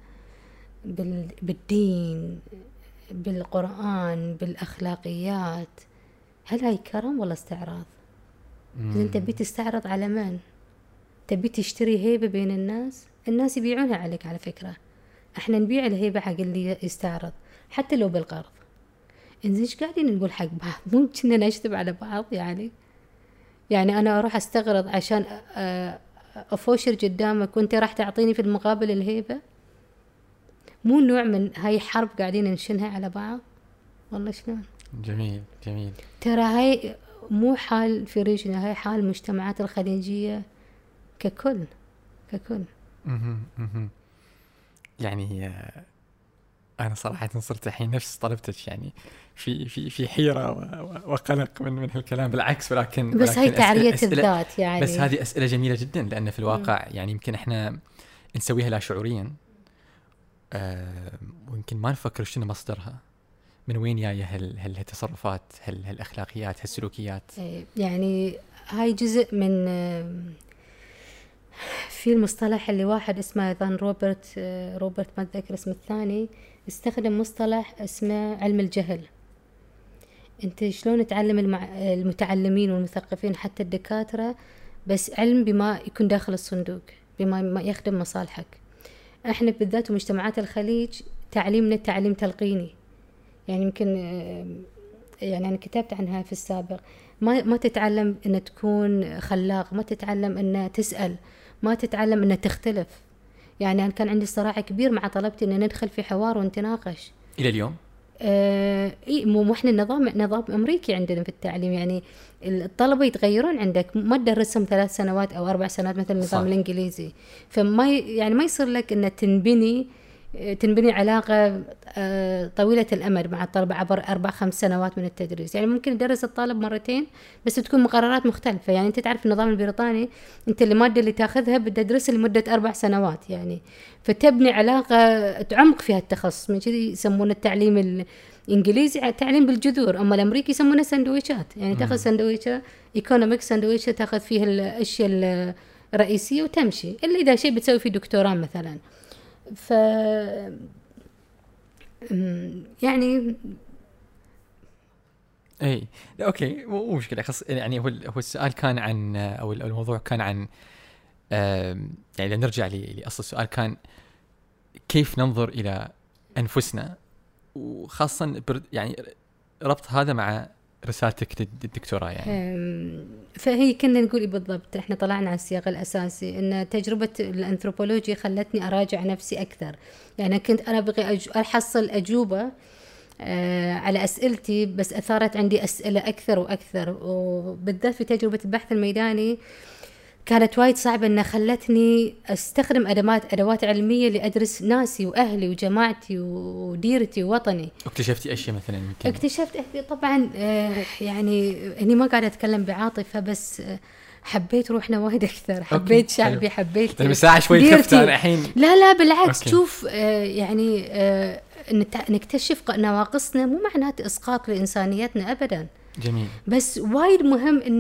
بالدين، بالقرآن، بالأخلاقيات. هل هاي كرم ولا استعراض؟ إذا تبي تستعرض على من؟ تبي تشتري هيبة بين الناس يبيعونها عليك. على فكرة احنا نبيع الهيبة حق اللي يستعرض حتى لو بالقرض. إنزيش قاعدين نقول حق بعض ممكن نشتب على بعض. يعني أنا أروح أستغرض عشان أفوشر قدامك وأنت راح تعطيني في المقابل الهيبة؟ مو نوع من هاي حرب قاعدين نشنها على بعض؟ والله شلون جميل جميل. ترى هاي مو حال في ريجنا، هاي حال المجتمعات الخليجية ككل. يعني أنا صراحة صرت الحين نفس طلبتك، يعني في حيرة وقلق من هالكلام. بالعكس بس هاي تعرية الذات يعني. بس هذه أسئلة جميلة جدا، لأن في الواقع يعني يمكن إحنا نسويها لا شعوريا، ويمكن ما نفكر شنو مصدرها، من وين جاية هالتصرفات، هالأخلاقيات، هالسلوكيات. يعني هاي جزء من في المصطلح اللي واحد اسمه أيضا روبرت ما أتذكر اسمه الثاني، استخدم مصطلح اسمه علم الجهل. أنت شلون تعلم المتعلمين والمثقفين حتى الدكاترة، بس علم بما يكون داخل الصندوق، بما يخدم مصالحك. احنا بالذات مجتمعات الخليج تعليمنا تعليم تلقيني، يعني يمكن يعني أنا كتبت عنها في السابق. ما تتعلم أن تكون خلاق، ما تتعلم أن تسأل، ما تتعلم أن تختلف. يعني أنا كان عندي صراع كبير مع طلبتي أن ندخل في حوار ونتناقش إلى اليوم. مو احنا نظام أمريكي عندنا في التعليم، يعني الطلبة يتغيرون عندك، ما تدرسهم 3 سنوات أو 4 سنوات مثل النظام الإنجليزي. فما يعني ما يصير لك أن تنبني علاقة طويلة الأمد مع الطلبة عبر 4-5 سنوات من التدريس. يعني ممكن تدرس الطالب مرتين بس تكون مقررات مختلفة. يعني أنت تعرف النظام البريطاني أنت المادة اللي تأخذها بتدرسها لمدة 4 سنوات، يعني فتبني علاقة تعمق فيها التخصص. من كذي يسمون التعليم الإنجليزي تعليم بالجذور، أما الأمريكي يسمونه سندويشات. يعني تأخذ سندويشة إيكونوميك، سندويشة تأخذ فيه الأشياء الرئيسية وتمشي، إلا إذا شيء بتسوي فيه دكتوراه مثلا. يعني اي اوكي مو مشكله. يعني هو السؤال كان عن او الموضوع كان عن يعني نرجع لاصل السؤال، كان كيف ننظر الى انفسنا، وخاصه يعني ربط هذا مع رسالتك للدكتوراه. يعني فهي كنا نقول بالضبط، احنا طلعنا على السياق الاساسي ان تجربه الانثروبولوجيا خلتني اراجع نفسي اكثر. يعني كنت انا ابغى احصل اجوبه على اسئلتي، بس اثارت عندي اسئله اكثر واكثر، وبالذات في تجربه البحث الميداني كانت وايد صعبة، إنها خلتني أستخدم أدوات علمية لأدرس ناسي وأهلي وجماعتي وديرتي ووطني. اكتشفتي أشياء مثلا؟ اكتشفت طبعا يعني إني ما قاعدة أتكلم بعاطفة، بس حبيت روحنا وايد أكثر، حبيت شعبي، حبيت المساحة شوي كفتة الحين. لا بالعكس. أوكي. شوف يعني نكتشف نواقصنا مو معناته إسقاط لإنسانيتنا أبدا. جميل. بس وايد مهم إن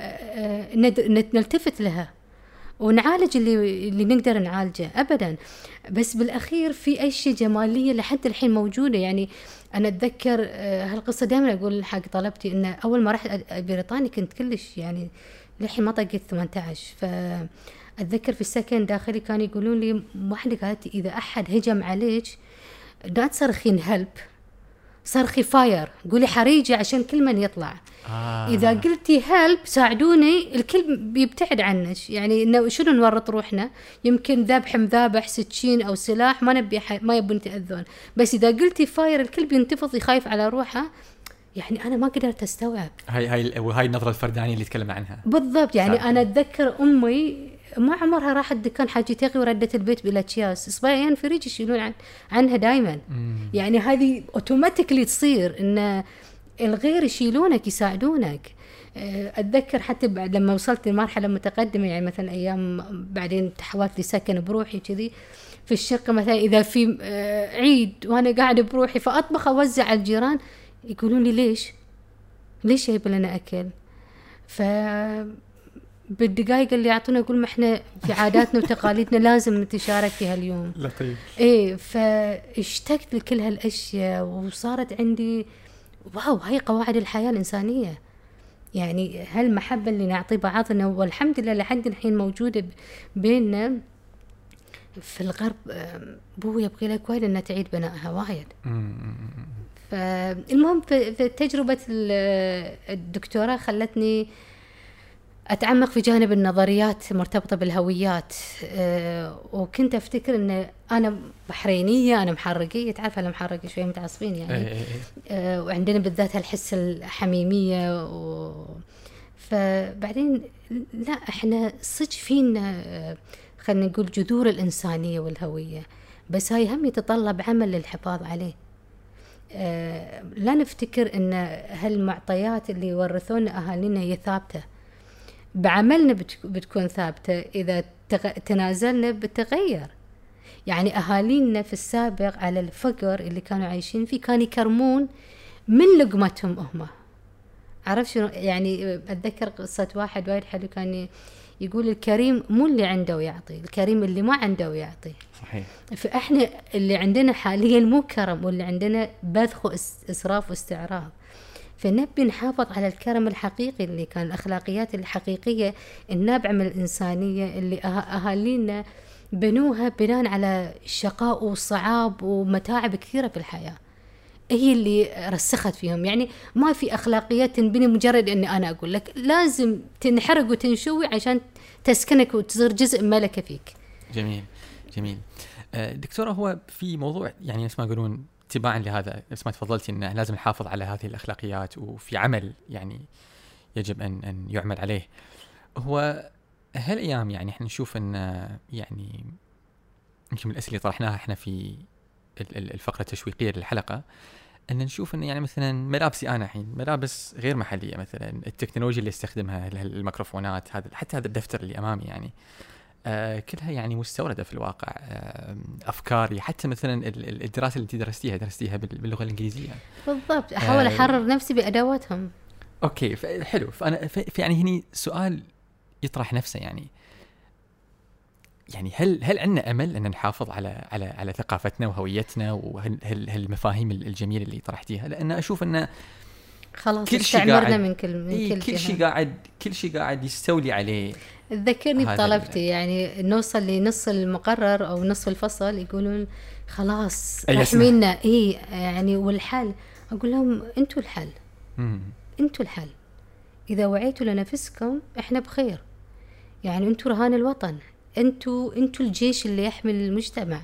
نلتفت لها ونعالج اللي نقدر نعالجه أبدا. بس بالأخير في أشياء جمالية لحد الحين موجودة. يعني أنا أتذكر هالقصة دائما أقول حق طلبتي إن أول ما رحت بريطانيا كنت كلش يعني لحين ما طقت 18. فأتذكر في السكن داخلي كانوا يقولون لي، واحدة قالت إذا أحد هجم عليك لا تصرخين هلب، صرخي فاير، قولي حريجة عشان كل من يطلع. إذا قلتي هلب ساعدوني الكل بيبتعد عنك. يعني إنه شنو نورط روحنا، يمكن ذابح سكين أو سلاح ما نبي ما يبون يتأذون، بس إذا قلتي فاير الكل بينتفض يخاف على روحه. يعني أنا ما قدرت أستوعب. هاي النظرة الفردانية اللي تكلم عنها. بالضبط. يعني أنا أتذكر أمي ما عمرها راحت دكان حاجة تغي وردت البيت بلا أكياس، صبايا فريج يشيلون عنها دائما. يعني هذه اوتوماتيكلي تصير ان الغير يشيلونك يساعدونك. اتذكر حتى بعد لما وصلت لمرحله متقدمه، يعني مثلا ايام بعدين تحولت لسكن بروحي كذي في الشقه، مثلا اذا في عيد وانا قاعده بروحي فاطبخ اوزع على الجيران، يقولون لي ليش جايب لنا اكل؟ ف بالدقائق اللي يعطونا اقول ما احنا في عاداتنا وتقاليدنا لازم نتشارك في هاليوم. لطيف. ايه، فاشتقت لكل هالاشياء وصارت عندي واو، هاي قواعد الحياه الانسانيه. يعني هالمحبه اللي نعطي بعضنا، والحمد لله لحد الحين موجوده بيننا. في الغرب بو يبغي لك وايد انها تعيد بنائها وايد. فالمهم في تجربه الدكتوراه خلتني أتعمق في جانب النظريات مرتبطة بالهويات. وكنت أفتكر أن أنا بحرينية، أنا محرقية، تعرف أنا محرقة شوية متعصبين يعني. وعندنا بالذات هالحس الحميمية فبعدين لا، إحنا صدق فينا خلينا نقول جذور الإنسانية والهوية، بس هاي هم يتطلب عمل للحفاظ عليه. لا نفتكر أن هالمعطيات اللي ورثونا أهالينا هي ثابتة، بعملنا بتكون ثابتة، إذا تنازلنا بتغير. يعني أهالينا في السابق على الفقر اللي كانوا عايشين فيه كانوا يكرمون من لقمتهم هم. عرف شنو يعني؟ أتذكر قصة واحد وايد حلو كان يقول الكريم مو اللي عنده ويعطي، الكريم اللي ما عنده ويعطي. صحيح. فإحنا اللي عندنا حاليا مو كرم، واللي عندنا بذخ وإسراف واستعراض. فنبي نحافظ على الكرم الحقيقي اللي كان الأخلاقيات الحقيقية النابعة من الإنسانية اللي أهالينا بنوها بناء على شقاء وصعاب ومتاعب كثيرة في الحياة، هي اللي رسخت فيهم. يعني ما في أخلاقيات تنبني مجرد أني أنا أقول لك، لازم تنحرق وتنشوي عشان تسكنك وتصير جزء ملكة فيك. جميل جميل. دكتورة، هو في موضوع يعني اسمه يقولون اتباعا لهذا اسمه تفضلتي أنه لازم نحافظ على هذه الأخلاقيات، وفي عمل يعني يجب أن يعمل عليه. هو هالأيام يعني احنا نشوف أن يعني يمكن من الأسئلة اللي طرحناها احنا في الفقرة التشويقية للحلقة، أن نشوف أن يعني مثلا ملابسي أنا الحين ملابس غير محلية، مثلا التكنولوجيا اللي استخدمها، الميكروفونات، حتى هذا الدفتر اللي أمامي يعني كلها يعني مستوردة في الواقع. أفكاري حتى مثلا الدراسة اللي درستيها باللغة الإنجليزية بالضبط. أحاول أحرر نفسي بأدواتهم. أوكي، حلو. فأنا يعني هني سؤال يطرح نفسه، يعني هل عندنا أمل أن نحافظ على ثقافتنا وهويتنا وهالمفاهيم الجميلة اللي طرحتيها؟ لأن أشوف أنه خلاص استعمرنا من كل شيء قاعد يستولي عليه. تذكرني بطلبتي يعني نوصل لنص المقرر أو نصف الفصل يقولون خلاص رحمينا يعني والحل. أقول لهم أنتوا الحل. أنتوا الحل. إذا وعيتوا لنفسكم إحنا بخير. يعني أنتوا رهان الوطن، أنتوا الجيش اللي يحمل المجتمع.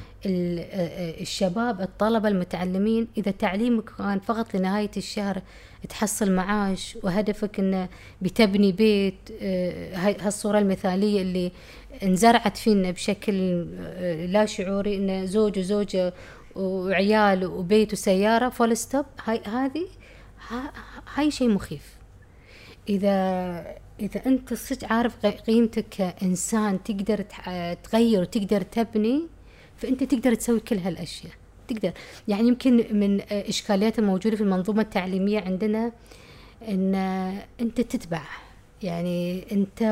الشباب الطلبة المتعلمين، إذا تعليمك كان فقط لنهاية الشهر تحصل معاش وهدفك أنه بتبني بيت، هالصورة المثالية اللي انزرعت فينا بشكل لا شعوري، أنه زوج وزوجة وعيال وبيت وسيارة فول ستوب، هاي شيء مخيف. إذا أنت صدق عارف قيمتك كإنسان تقدر تغير وتقدر تبني، فأنت تقدر تسوي كل هالأشياء. تقدر يعني يمكن من إشكاليات الموجودة في المنظومة التعليمية عندنا أن أنت تتبع، يعني أنت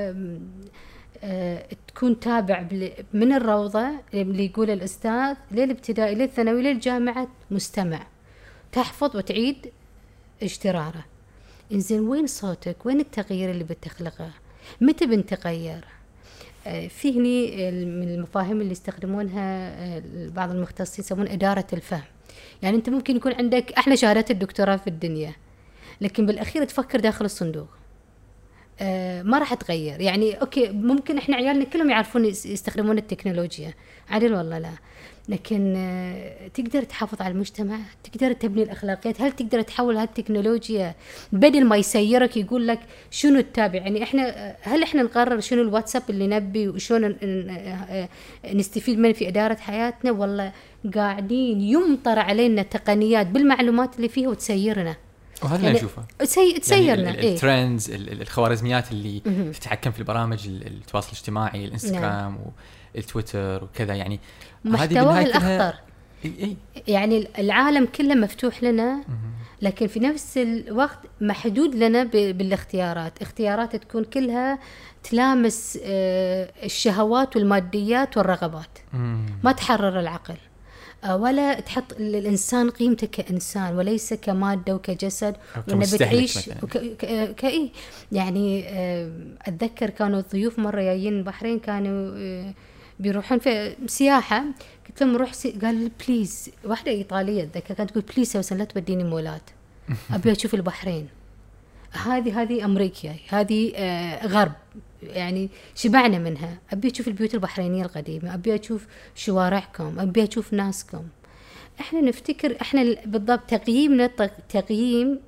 تكون تابع من الروضة اللي يقول الأستاذ للابتدائي للثانوي للجامعة، مستمع، تحفظ وتعيد اشتراره. إنزين وين صوتك؟ وين التغيير اللي بتخلقه؟ متى بنتغير؟ في هني من المفاهيم اللي يستخدمونها بعض المختصين يسمون إدارة الفهم. يعني أنت ممكن يكون عندك أحلى شهادات الدكتوراه في الدنيا، لكن بالأخير تفكر داخل الصندوق. ما راح تغير. يعني أوكي ممكن إحنا عيالنا كلهم يعرفون يستخدمون التكنولوجيا، عدل والله لا، لكن تقدر تحافظ على المجتمع، تقدر تبني الأخلاقيات. هل تقدر تحول هالتكنولوجيا بدل ما يسيرك يقول لك شنو تتابع؟ يعني إحنا هل إحنا نقرر شنو الواتساب اللي نبي وشون نستفيد منه في إدارة حياتنا، ولا قاعدين يمطر علينا تقنيات بالمعلومات اللي فيها وتسيرنا؟ وهذا يعني اللي نشوفه تسيرنا يعني الترندز الخوارزميات اللي تتحكم في البرامج التواصل الاجتماعي، الانستغرام والتويتر وكذا، يعني محتواه الأخطر. يعني العالم كله مفتوح لنا، لكن في نفس الوقت محدود لنا بالاختيارات. اختيارات تكون كلها تلامس الشهوات والماديات والرغبات، ما تحرر العقل ولا تحط للإنسان قيمته كإنسان وليس كمادة وكجسد وإنه بتعيش كإيه. يعني أتذكر كانوا الضيوف مرة جايين البحرين، كانوا بيروحون في سياحة، قلت لهم نروح قال بليز، واحدة إيطالية أتذكر كانت تقول بليز سوسن لا توديني مولات، أبي أشوف البحرين. هذه أمريكا، هذه غرب، يعني شبعنا منها. أبي أشوف البيوت البحرينية القديمة، أبي أشوف شوارعكم، أبي أشوف ناسكم. إحنا نفتكر إحنا بالضبط تقييمنا تقييم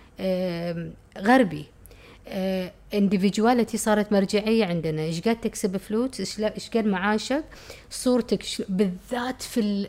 غربي. individuality صارت مرجعية عندنا. إيش قد تكسب فلوس، إيش قد معاشك، صورتك، بالذات في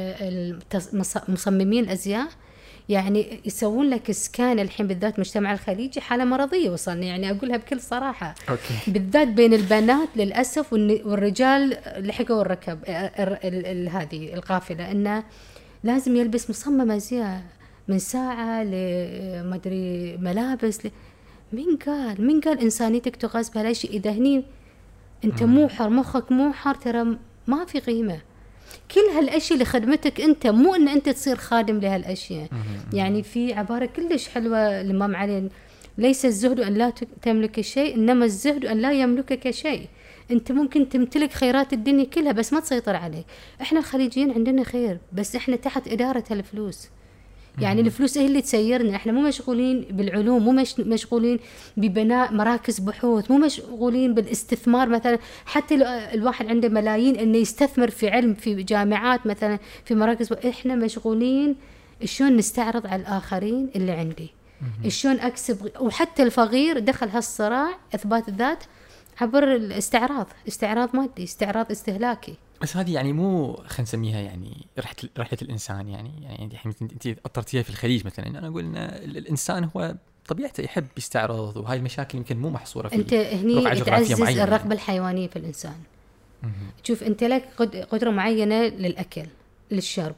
مصممين الأزياء يعني يسوون لك سكان الحين، بالذات مجتمع الخليجي حالة مرضية وصلنا، يعني أقولها بكل صراحة. بالذات بين البنات للأسف، والرجال لحقوا الركب هذه القافلة، إنه لازم يلبس مصمم أزياء من ساعة لمدري ملابس مين قال إنسانيتك تغاز بهالشيء؟ إذا هني أنت مو حر، مخك مو حر، ترى ما في قيمة. كل هالأشياء لخدمتك أنت، مو أن أنت تصير خادم لهالأشياء. يعني في عبارة كلش حلوة الإمام علي، ليس الزهد أن لا تملك شيء، إنما الزهد أن لا يملكك شيء. أنت ممكن تمتلك خيرات الدنيا كلها بس ما تسيطر عليك. إحنا الخليجيين عندنا خير بس إحنا تحت إدارة الفلوس. يعني الفلوس هي اللي تسيرنا. احنا مو مشغولين بالعلوم، مو مشغولين ببناء مراكز بحوث، مو مشغولين بالاستثمار. مثلا حتى الواحد عنده ملايين انه يستثمر في علم في جامعات مثلا في مراكز، احنا مشغولين شلون نستعرض على الاخرين اللي عندي، شلون اكسب. وحتى الفقير دخل هالصراع اثبات الذات عبر استعراض مادي، استعراض استهلاكي. بس هذه يعني مو خلينا نسميها يعني رحلة الإنسان. يعني الحين أنت أطرتيها في الخليج مثلا، أنا أقول إن الإنسان هو طبيعته يحب يستعرض، وهاي المشاكل يمكن مو محصورة في أنت هني تعزز الرغبة الحيوانية في الإنسان. شوف أنت لك قدرة معينة للأكل، للشرب،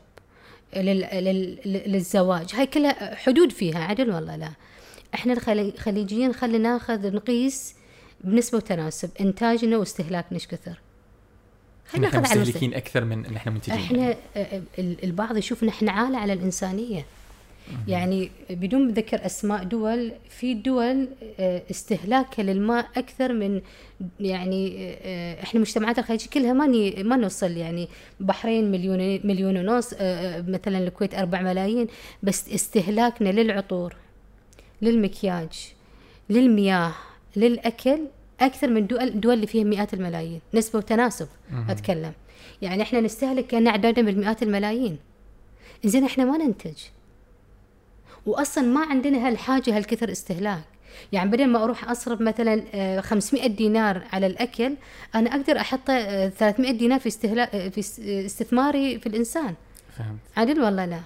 للزواج، هاي كلها حدود فيها، عدل والله لا. إحنا الخليجيين خلينا نقيس بنسبة وتناسب إنتاجنا واستهلاكنا إيش كثر. خلينا ناخذ على مستهلكين أكثر من إن إحنا منتجين. إحنا البعض يشوف إن إحنا عالة على الإنسانية. يعني بدون ذكر أسماء دول، في دول استهلاكها للماء أكثر من، يعني إحنا مجتمعات الخليج كلها ما نوصل. يعني بحرين مليون ونص، مثلا الكويت 4 ملايين، بس استهلاكنا للعطور، للمكياج، للمياه، للأكل أكثر من دول اللي فيها مئات الملايين. نسبة وتناسب أتكلم. يعني إحنا نستهلك كأن أعدادنا بالمئات الملايين. إنزين إحنا ما ننتج، وأصلا ما عندنا هالحاجة هالكثر استهلاك. يعني بدل ما أروح أصرف مثلا 500 دينار على الأكل، أنا أقدر أحط 300 دينار في استثماري في الإنسان. فهمت. عدل والله لا.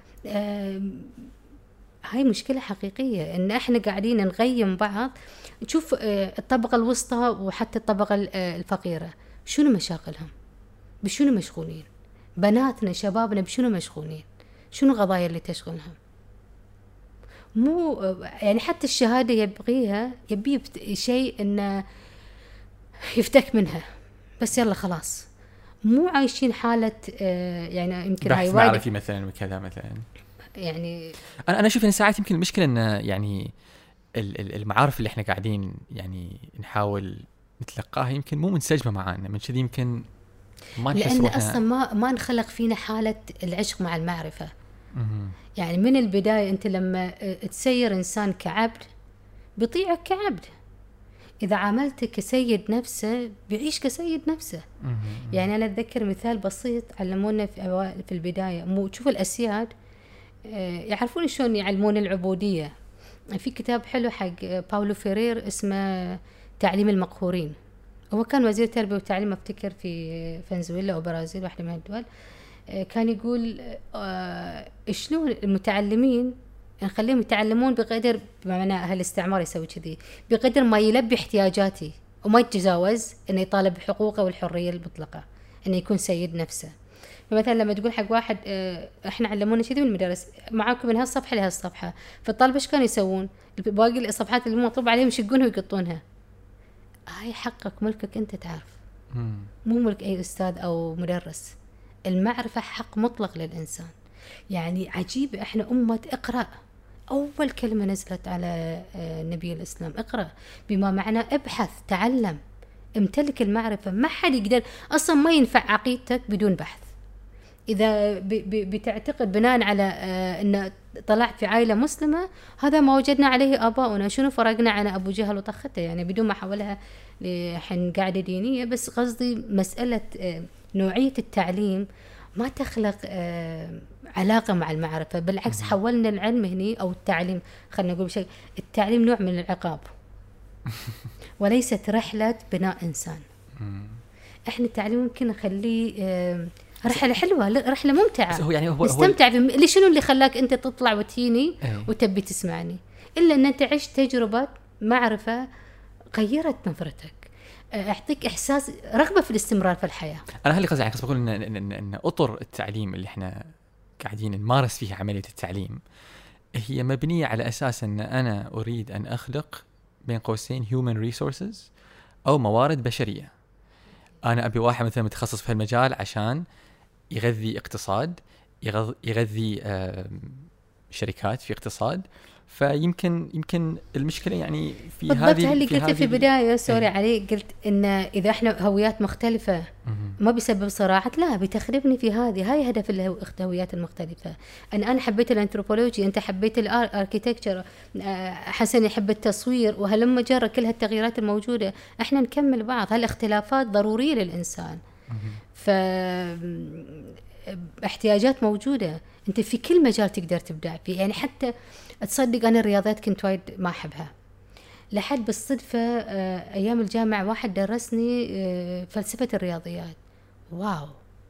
هاي مشكلة حقيقية إن إحنا قاعدين نغيم بعض. تشوف الطبقة الوسطى وحتى الطبقة الفقيرة شنو مشاكلهم، بشنو مشغولين، بناتنا شبابنا بشنو مشغولين، شنو القضايا اللي تشغلهم. مو يعني حتى الشهادة يبي شيء إنه يفتك منها بس يلا خلاص. مو عايشين حالة يعني يمكن بحث معرفي مثلا وكذا مثلا. يعني أنا أشوف إن ساعات يمكن المشكلة إن يعني المعارف اللي إحنا قاعدين يعني نحاول نتلقاها يمكن مو منسجمة معانا، من كذي يمكن ما نحس لأن أصلا ما نخلق فينا حالة العشق مع المعرفة. يعني من البداية أنت لما تسير إنسان كعبد بيطيعك كعبد. إذا عاملته كسيد نفسه بيعيش كسيد نفسه. يعني أنا أتذكر مثال بسيط علمونا في البداية، مو تشوفوا الأسياد يعرفون شلون يعلمون العبودية. في كتاب حلو حق باولو فيرير اسمه تعليم المقهورين، هو كان وزير تربية وتعليم أفتكر في فنزويلا أو برازيل واحدة من الدول. كان يقول شلون المتعلمين نخليهم يتعلمون بقدر، بمعنى أهل الاستعمار يسوي كذي، بقدر ما يلبي احتياجاتي وما يتجاوز إنه يطالب بحقوقه والحرية المطلقة، إنه يكون سيد نفسه. فمثلا لما تقول حق واحد إحنا علمونا كذي من المدرس، معاكم من هالصفحة لهالصفحة، فالطالب إيش كانوا يسوون؟ باقي الصفحات اللي مطلوب عليهم يشقونها ويقطونها. هاي حقك، ملكك أنت تعرف، مو ملك أي أستاذ أو مدرس. المعرفة حق مطلق للإنسان. يعني عجيب، إحنا أمة اقرأ، أول كلمة نزلت على نبي الإسلام اقرأ، بما معنى ابحث، تعلم، امتلك المعرفة. ما حد يقدر أصلا، ما ينفع عقيدتك بدون بحث. إذا بتعتقد بناء على أن طلعت في عائلة مسلمة، هذا ما وجدنا عليه آباؤنا، شنو فرقنا عن أبو جهل وطخته؟ يعني بدون ما حولها لحن قاعدة دينية، بس قصدي مسألة نوعية التعليم ما تخلق علاقة مع المعرفة، بالعكس حولنا العلم هني أو التعليم، خلنا نقول بشيء، التعليم نوع من العقاب وليست رحلة بناء إنسان. إحنا التعليم ممكن نخليه رحلة حلوة، رحلة ممتعة، هو نستمتع اللي شنو اللي خلاك أنت تطلع وتجيني وتبي تسمعني، إلا أن أنت عشت تجربة معرفة غيرت نظرتك، أعطيك إحساس رغبة في الاستمرار في الحياة. أنا هل قصدي يعني أقول إن أطر التعليم اللي إحنا قاعدين نمارس فيها عملية التعليم هي مبنية على أساس أن أنا أريد أن أخلق بين قوسين human resources أو موارد بشرية. أنا أبي واحد مثلا متخصص في هالمجال عشان يغذي اقتصاد، يغذي شركات في اقتصاد. فيمكن المشكلة يعني في هذه اللي قلت في البداية، سوري علي، قلت إن إذا إحنا هويات مختلفة ما بيسبب صراعات، لا بتخربني في هاي هدف الهويات المختلفة. أنا حبيت الأنثروبولوجي، أنت حبيت الاركيتكتشر، حسن يحب التصوير، وهلما جرى كل هالتغييرات الموجودة، إحنا نكمل بعض. هالاختلافات ضرورية للإنسان، احتياجات موجودة، أنت في كل مجال تقدر تبدع فيه. يعني حتى تصدق أنا الرياضات كنت وايد ما أحبها، لحد بالصدفة أيام الجامعة واحد درسني فلسفة الرياضيات. واو،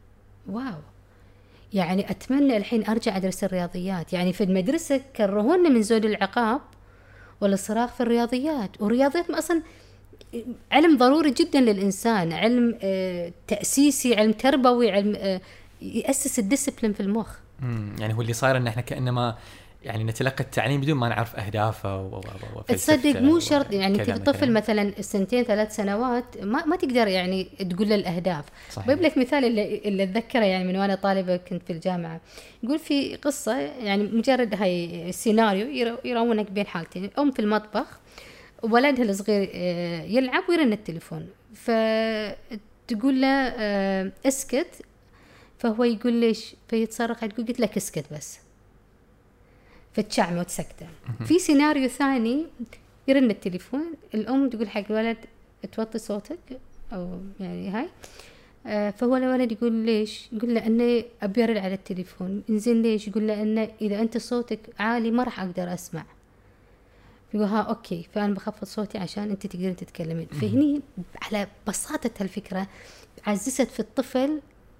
يعني أتمنى الحين أرجع أدرس الرياضيات. يعني في المدرسة كرهونا من زود العقاب والصراخ في الرياضيات، والرياضيات أصلا علم ضروري جدا للإنسان، علم تأسيسي، علم تربوي، علم يأسس الديسبلين في المخ. يعني هو اللي صاير ان احنا كأنما يعني نتلقى التعليم بدون ما نعرف اهدافه وفلسفته. تصدق مو شرط يعني طفل مثلا 2-3 سنوات ما تقدر يعني تقول له الاهداف. بجيب لك مثال اللي اتذكره يعني من وانا طالبه كنت في الجامعه. يقول في قصه يعني مجرد هاي سيناريو يراونك بين حالتين، ام في المطبخ وولدها الصغير يلعب ويرن التليفون، فتقول له اسكت، فهو يقول ليش، فيتصرخ، تقول قلت لك اسكت بس، فتشعمه وتسكته. في سيناريو ثاني يرن التليفون، الأم تقول حق الولد توطي صوتك أو يعني هاي، فهو الولد يقول ليش، يقول له أني أبي أرد على التليفون. إنزين ليش؟ يقول له أنه إذا أنت صوتك عالي ما راح أقدر أسمع. يقول ها أوكي، فأنا بخفض صوتي عشان أنت تقدرين تتكلمين. فهني على بساطة هالفكرة عززت في الطفل.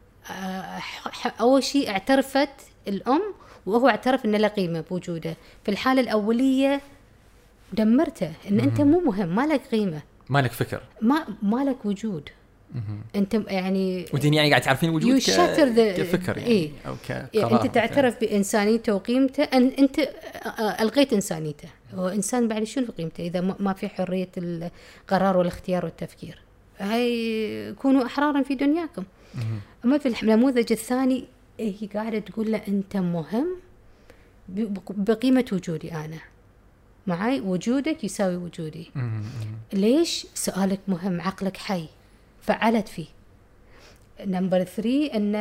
أول شيء اعترفت الأم وهو اعترف إنه له قيمة بوجوده. في الحالة الأولية دمرته، إن أنت مو مهم، ما لك قيمة، ما لك فكر، ما لك وجود. أنت يعني ودين يعني قاعد تعرفين وجود كفكر يعني إيه؟ أو يعني أنت تعترف بإنسانيته وقيمته، أنت ألغيت إنسانيته. هو إنسان بعد شنو قيمته إذا ما في حرية القرار والاختيار والتفكير؟ هاي كونوا أحرارا في دنياكم. أما في النموذج الثاني هي قاعدة تقول له أنت مهم بقيمة وجودي، أنا معي وجودك يساوي وجودي. ليش؟ سؤالك مهم، عقلك حي، فعلت فيه. نمبر 3 أنه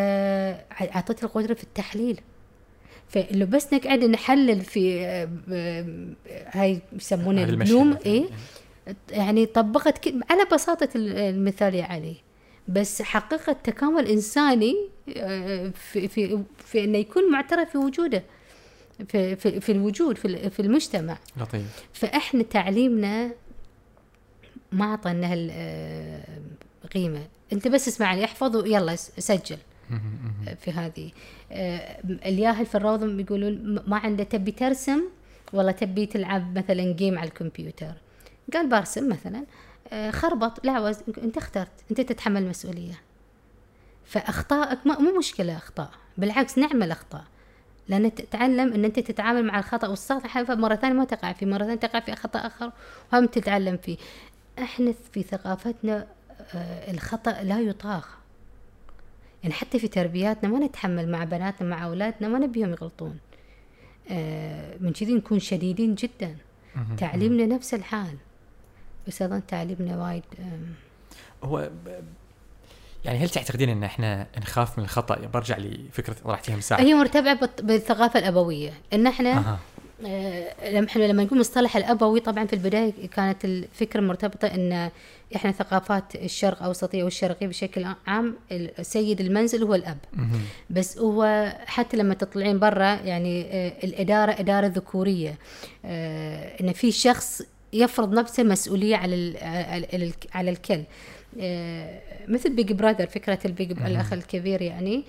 عطت القدرة في التحليل. فلو بس نقعد نحلل في هاي يسمونه البلوم، إيه يعني طبقت على بساطة المثال يا علي، بس حققت تكامل إنساني في إنه يكون معترف في وجوده في الوجود في المجتمع. لطيف. فإحنا تعليمنا ما أعطينا القيمة. أنت بس اسمعني، احفظ ويلا سجل. في هذه الياهل في الروضة بيقولون ما عنده تبي ترسم ولا تبي تلعب مثلا جيم على الكمبيوتر، قال برسم مثلا، خربط لعوز، انت اخترت، انت تتحمل مسؤولية. فأخطائك مو مشكلة، أخطاء بالعكس نعمل أخطاء، لأن تتعلم أن أنت تتعامل مع الخطأ والصح، مرة ثانية ما تقع فيه، مرة ثانية تقع في خطأ آخر وهم تتعلم فيه. احنا في ثقافتنا الخطأ لا يطاق، يعني حتى في تربياتنا ما نتحمل مع بناتنا مع أولادنا، ما نبيهم يغلطون، من كذي نكون شديدين جدا. تعليمنا نفس الحال، بس أظن تعليمنا وايد هو يعني هل تعتقدين ان احنا نخاف من الخطأ؟ برجع لفكرة طرحتيها من ساعة، هي مرتبطة بالثقافة الأبوية، ان احنا لما نقول مصطلح الأبوي، طبعا في البداية كانت الفكرة مرتبطة ان احنا ثقافات الشرق أوسطية والشرقية بشكل عام سيد المنزل هو الأب. بس هو حتى لما تطلعين برا يعني الإدارة إدارة ذكورية، ان في شخص يفرض نفسه مسؤولية على الكل، مثل بيج براذر، فكرة البيج الأخ الكبير يعني.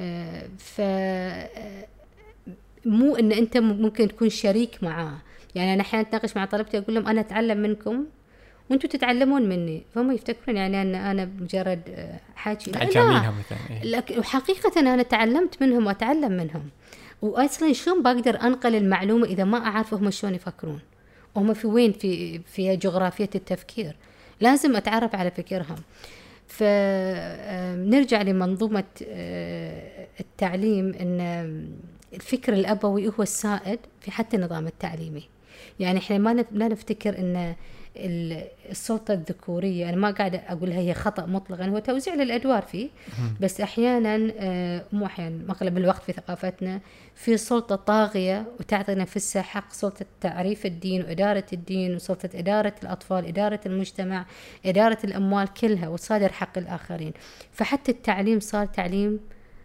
مو إن أنت ممكن تكون شريك معاه، يعني أنا أحيانا أتناقش مع طلبتي أقول لهم أنا أتعلم منكم وأنتوا تتعلمون مني، فهم يفتكرون يعني أن أنا مجرد حاجة، لا، لكن حقيقة أنا تعلمت منهم وأتعلم منهم. وأصلا شلون بقدر أنقل المعلومة إذا ما أعرف هم شلون يفكرون، وهم في وين في جغرافية التفكير، لازم أتعرف على فكرهم. فنرجع لمنظومة التعليم، أن الفكر الأبوي هو السائد في حتى النظام التعليمي. يعني إحنا ما نفتكر أن السلطة الذكورية، أنا ما قاعدة أقولها هي خطأ مطلقا، هو توزيع للأدوار فيه، بس أحيانا مو أحيانا، أغلب الوقت في ثقافتنا في سلطة طاغية وتعطي نفسها حق سلطة تعريف الدين وإدارة الدين وسلطة إدارة الأطفال، إدارة المجتمع، إدارة الأموال كلها، وصادر حق الآخرين. فحتى التعليم صار تعليم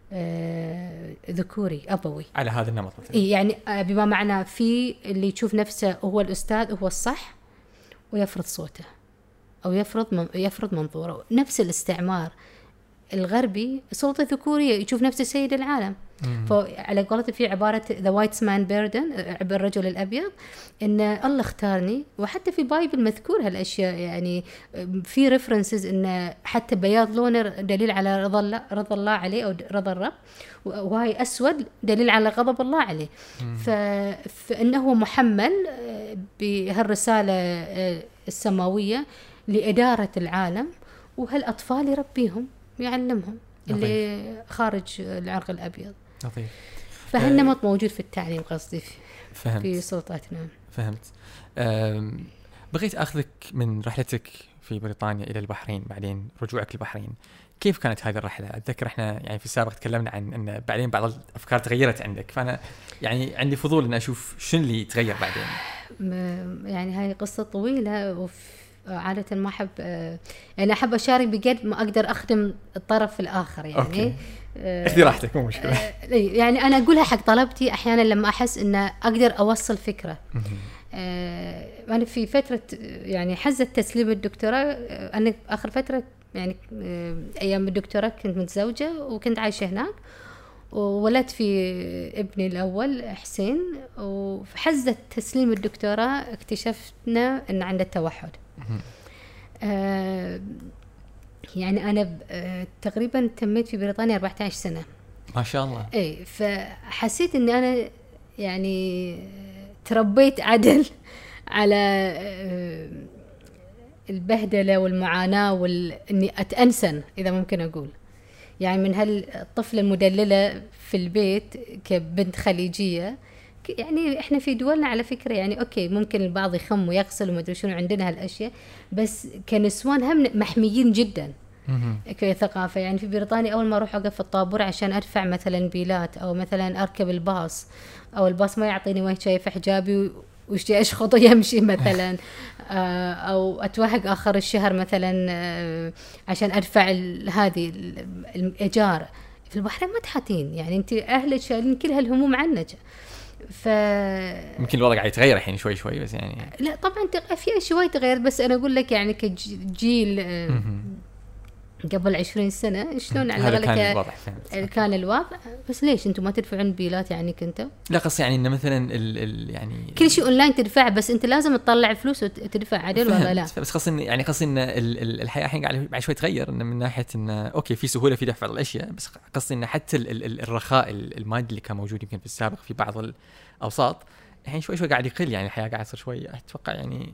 ذكوري أبوي على هذا النمط. يعني بما معنى في اللي يشوف نفسه هو الأستاذ هو الصح ويفرض صوته أو يفرض منظوره. نفس الاستعمار الغربي سلطة ذكورية، يشوف نفسه سيد العالم. فعلى قولته في عبارة the white man burden، الرجل الأبيض، إن الله اختارني. وحتى في بايبل مذكور هالأشياء، يعني في references إن حتى بياض لونه دليل على رضا الله عليه أو رضا الرب، وهاي أسود دليل على غضب الله عليه. فإنه محمل بهالرسالة السماوية لإدارة العالم، وهالأطفال يربيهم يعلمهم اللي خارج العرق الأبيض. لطيف. فهالنمط موجود في التعليم، قصدي في سلطاتنا. فهمت. بغيت أخذك من رحلتك في بريطانيا إلى البحرين، بعدين رجوعك للبحرين. كيف كانت هذه الرحلة؟ أتذكر إحنا يعني في السابق تكلمنا عن أن بعدين بعض الأفكار تغيرت عندك، فأنا يعني عندي فضول أن أشوف شنو اللي تغير بعدين. يعني هاي قصة طويلة، عادة ما أحب يعني أحب أشارك بقد ما أقدر أخدم الطرف الآخر يعني. اخذي راحتك مو مشكلة. يعني أنا أقولها حق طلبتي أحيانا لما أحس إن أقدر أوصل فكرة. أنا في فترة يعني حزة تسليم الدكتوراه، أنا آخر فترة يعني أيام الدكتوراه كنت متزوجة وكنت عايشة هناك، وولدت في ابني الأول حسين. وفي حزة تسليم الدكتوراه اكتشفنا أن عنده توحد. يعني أنا تقريبا تميت في بريطانيا 14 سنة ما شاء الله. إيه، فحسيت أني أنا يعني تربيت عدل على البهدلة والمعاناة وإني أتأنسن إذا ممكن أقول، يعني من هالطفلة المدللة في البيت كبنت خليجية. يعني إحنا في دولنا على فكرة يعني أوكي ممكن البعض يخم ويغسل وما أدري شنو، عندنا هالأشياء، بس كنسوان هم محميين جدا كثقافة. يعني في بريطانيا أول ما أروح أوقف في الطابور عشان أدفع مثلا بيلات، أو مثلا أركب الباص، أو الباص ما يعطيني وين شايف حجابي وش جاي أشخط يمشي مثلا، أو أتوهق آخر الشهر مثلا عشان أدفع هذه الإيجار. في البحرين ما تحاتين، يعني أنت أهلك شايلين كل هالهموم عنك. يمكن الوضع قاعد يتغير الحين شوي شوي، بس يعني لا طبعا في شوي تغير، بس أنا أقول لك يعني كجيل قبل 20 سنة شلون على الوضع كان الوضع. بس ليش انتم ما تدفعون بيلات يعني كنتوا؟ لا قصدي يعني انه مثلا يعني كل شيء اونلاين تدفع، بس انت لازم تطلع فلوس وتدفع عدل ولا لا. بس قصدي يعني قصدي ان الحياه الحين قاعد شوي تغير، انه من ناحيه انه اوكي في سهوله في دفع الاشياء، بس قصدي انه حتى الرخاء المادي اللي كان موجود يمكن في السابق في بعض الاوساط الحين شوي قاعد يقل. يعني الحياه قاعد تصير شوي اتوقع يعني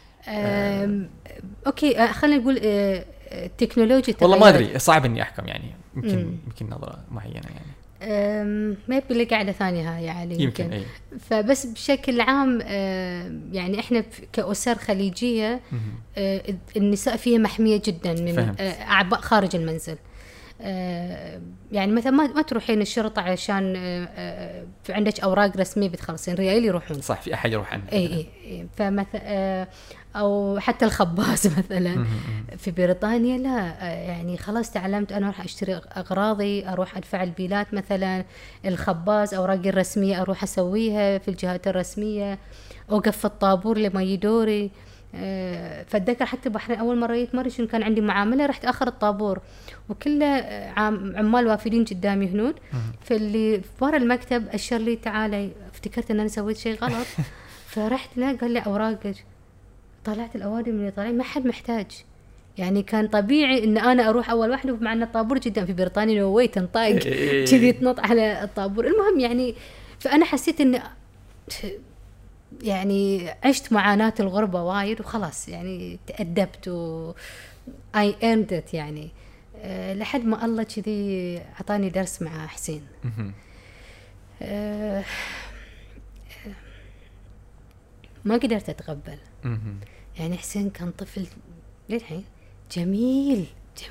اوكي خلينا نقول التكنولوجيا والله ما ادري، صعب اني احكم يعني. يمكن نظره معينه يعني ما يبي لي قاعده ثانيه هاي يعني يمكن أي. فبس بشكل عام يعني احنا كأسر خليجيه النساء فيها محميه جدا من اعباء خارج المنزل. يعني مثلا ما تروحين الشرطه عشان في عندك اوراق رسميه بتخلصين، ريال يروحون صح، في احد يروح عنه اي فمثلا او حتى الخباز مثلا في بريطانيا لا، يعني خلاص تعلمت انا اروح اشتري اغراضي، اروح ادفع البيلات مثلا، الخباز اوراقي الرسميه اروح اسويها في الجهات الرسميه، اوقف في الطابور لما يدوري. فاتذكر حتى بحرين اول مره يتمرش كان عندي معامله، رحت اخر الطابور وكله عمال وافدين قدامي هنود، فاللي ورا المكتب اشر لي تعالي، افتكرت ان انا سويت شيء غلط فرحت له قال لي اوراقك، طلعت الاوادم اللي طالعين ما حد محتاج. يعني كان طبيعي ان انا اروح اول واحده، مع ان الطابور جدا في بريطانيا نووي تنطاق كذي تنط على الطابور. المهم يعني فانا حسيت ان يعني عشت معاناة الغربة وايد وخلاص يعني تأدبت و I earned it يعني لحد ما الله كذي عطاني درس مع حسين. ما قدرت أتقبل. يعني حسين كان طفل للحين جميل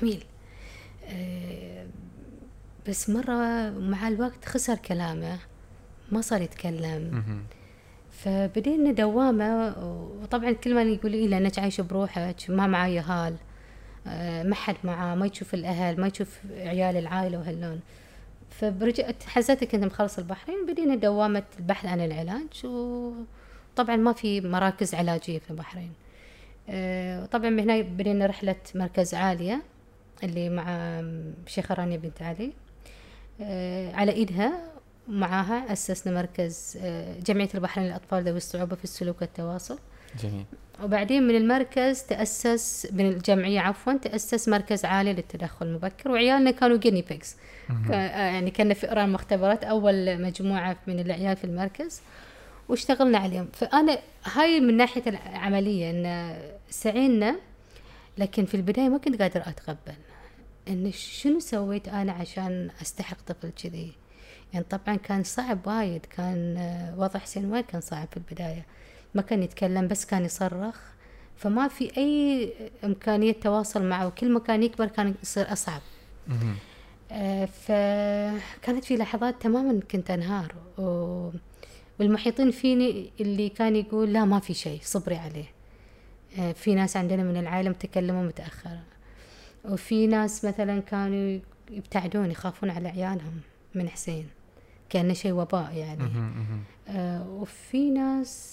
بس مرة مع الوقت خسر كلامه، ما صار يتكلم. فبدينا دوامة، وطبعا كل ما يقول لي لأنك عايشة بروحك، ما معايا هال، ما حد معاه، ما يشوف الأهل، ما يشوف عيال العائلة وهاللون. فرجعت حزتك كنت مخلص البحرين، بدينا دوامة البحث عن العلاج، وطبعا ما في مراكز علاجية في البحرين. وطبعا من هنا بدينا رحلة مركز عالية اللي مع شيخة رانيا بنت علي، على إيدها معاها أسسنا مركز جمعية البحرين للأطفال ذوي الصعوبة في السلوك والتواصل. جميل. وبعدين من المركز تأسس، من الجمعية عفوا تأسس مركز عالي للتدخل المبكر، وعيالنا كانوا جيني بيكس، يعني كنا فئران مختبرات، أول مجموعة من العيال في المركز واشتغلنا عليهم. فأنا هاي من ناحية العملية إن سعينا، لكن في البداية ما كنت قادر أتقبل إن شنو سويت أنا عشان أستحق طفل كذي. يعني طبعا كان صعب وايد، كان وضع حسين وايد كان صعب في البداية، ما كان يتكلم بس كان يصرخ، فما في أي إمكانية تواصل معه، وكل ما كان يكبر كان يصير أصعب. فكانت في لحظات تماما كنت أنهار، والمحيطين فيني اللي كان يقول لا ما في شيء صبري عليه. في ناس عندنا من العائلة متكلمة متأخرة، وفي ناس مثلا كانوا يبتعدون يخافون على عيالهم من حسين كأنه شيء وباء يعني. وفي ناس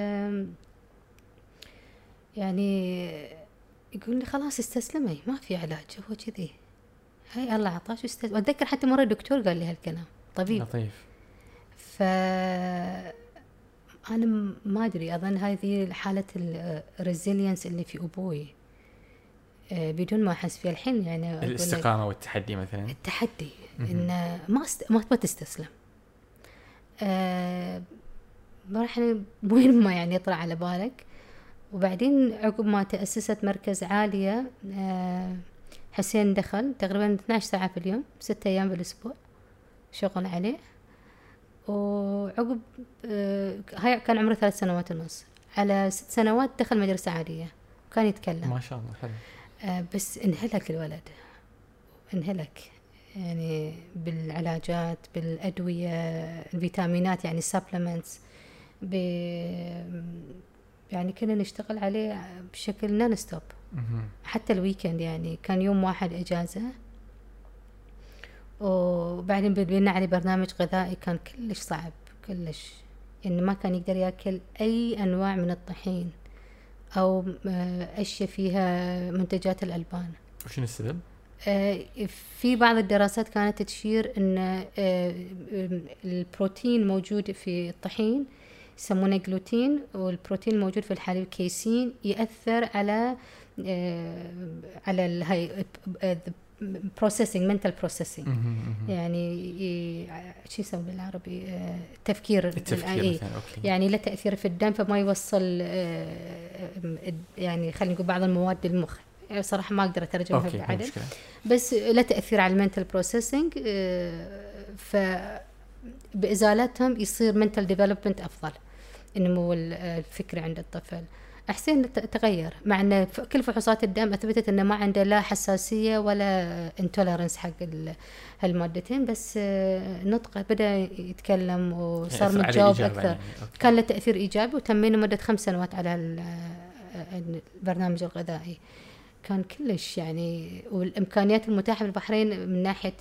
يعني يقول لي خلاص استسلمي ما في علاج، هو كذي هاي الله عطاش استسلم. أتذكر حتى مرة دكتور قال لي هالكلام، طبيب لطيف. أنا ما أدري، أظن هذه حالة الريزيلينس اللي في أبوي بدون ما أحس فيها الحين. يعني الاستقامة والتحدي مثلا، التحدي إن ما تستسلم. راح وين ما يعني يطلع على بالك. وبعدين عقب ما تأسست مركز عالية حسين دخل تقريبا 12 ساعة في اليوم 6 أيام بالأسبوع شغل عليه. وعقب هاي كان عمره 3 سنوات ونص، على 6 سنوات دخل مدرسة عالية وكان يتكلم ما شاء الله. حلو. بس انهلك الولد، انهلك يعني بالعلاجات بالأدوية الفيتامينات يعني supplements. يعني كنا نشتغل عليه بشكل نون ستوب حتى الويكند. يعني كان يوم واحد إجازة، وبعدين بدينا عليه برنامج غذائي كان كلش صعب كلش، يعني ما كان يقدر يأكل أي أنواع من الطحين أو أشياء فيها منتجات الألبان. وشنو السبب؟ في بعض الدراسات كانت تشير أن البروتين موجود في الطحين يسمونه جلوتين، والبروتين الموجود في الحليب كيسين يأثر على الهاي processing mental processing، يعني شو يسمى بالعربي التفكير يعني له تأثير في الدم، فما يوصل يعني خلينا نقول بعض المواد للمخ. صراحة ما أقدر أترجمها بعدل، بس له تأثير على المنتال بروسيسنج، فبإزالتهم يصير منتال ديفلوبمنت أفضل، النمو الفكري عند الطفل. حسين تغير، مع أن كل فحوصات الدم أثبتت أنه ما عنده لا حساسية ولا انتولرنس حق هالمادتين، بس نطقه بدأ يتكلم وصار متجاوب أكثر يعني. كان له تأثير إيجابي، وتمينا مدة 5 سنوات على البرنامج الغذائي. كان كلش يعني، والإمكانيات المتاحة في البحرين من ناحية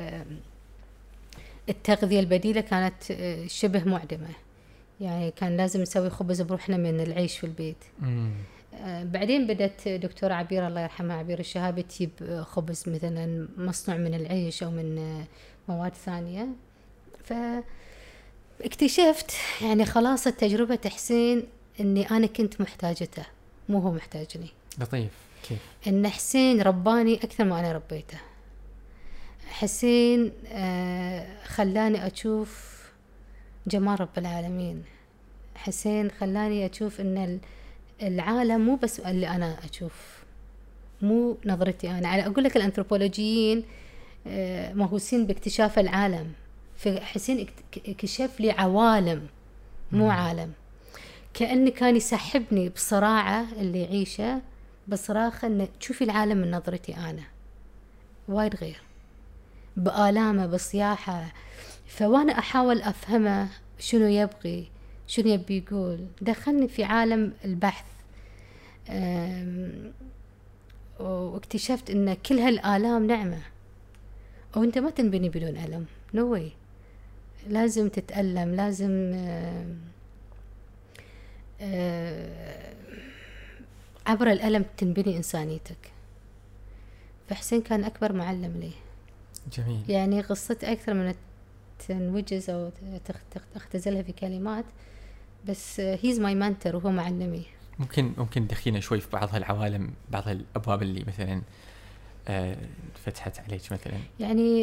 التغذية البديلة كانت شبه معدمة، يعني كان لازم نسوي خبز بروحنا من العيش في البيت. بعدين بدأت دكتورة عبير الله يرحمها، عبير الشهابي، تجيب خبز مثلا مصنوع من العيش أو من مواد ثانية. فاكتشفت يعني خلاص تجربة حسين أني أنا كنت محتاجته، مو هو محتاجني. لطيف كيف؟ إن حسين رباني أكثر ما أنا ربيته. حسين خلاني أشوف جمال رب العالمين. حسين خلاني أشوف إن العالم مو بس اللي أنا أشوف، مو نظرتي أنا. على أقول لك الأنثروبولوجيين مهووسين باكتشاف العالم، فحسين اكتشف لي عوالم مو عالم، كأنه كان يسحبني بصراعة اللي يعيشه، بصراخة إن تشوفي العالم من نظرتي أنا، وايد غير، بآلامه بصياحة. فوانا أحاول أفهمه شنو يبغي، شنو يبي يقول، دخلني في عالم البحث. واكتشفت إن كل هالآلام نعمة، وأنت ما تنبني بدون ألم، no way. لازم تتألم، لازم عبر الألم تنبني إنسانيتك. فحسين كان أكبر معلم لي. جميل. يعني قصته أكثر من تنوجز أو تختزلها في كلمات، بس he's my mentor وهو معلمي. ممكن دخينا شوي في بعض هالعوالم، بعض الأبواب اللي مثلا فتحت عليك مثلا. يعني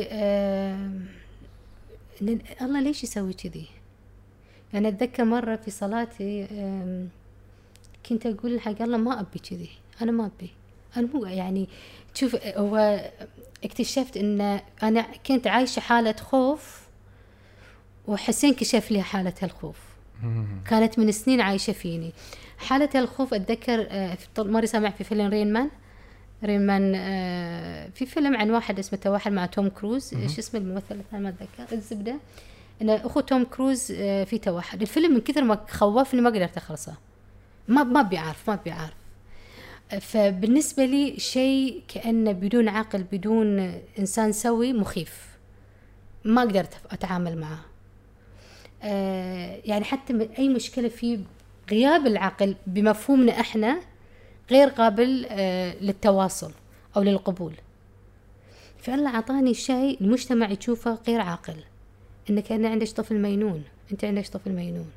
الله ليش يسوي كذي؟ أنا أتذكر مرة في صلاتي كنت أقول حق الله ما أبي كذي، أنا ما أبي، أنا مو يعني شوف. هو اكتشفت إن أنا كنت عايشة حالة خوف، وحسين كشف لي حالة الخوف. كانت من سنين عايشة فيني حالة الخوف. أتذكر مرة سامع في فيلم رينمان في فيلم عن واحد اسمه توحد مع توم كروز. إيش اسم الممثل الثاني ما أتذكر. الزبدة إن أخو توم كروز في توحد. الفيلم من كثر ما خوفني ما قدرت أخلصه، ما بيعرف. فبالنسبة لي شيء كأنه بدون عقل، بدون إنسان سوي، مخيف، ما قدرت أتعامل معه. يعني حتى أي مشكلة في غياب العقل بمفهومنا إحنا غير قابل للتواصل أو للقبول. فالله عطاني شيء المجتمع يشوفه غير عاقل، إنك أنا عندك طفل مينون، أنت عندك طفل مينون.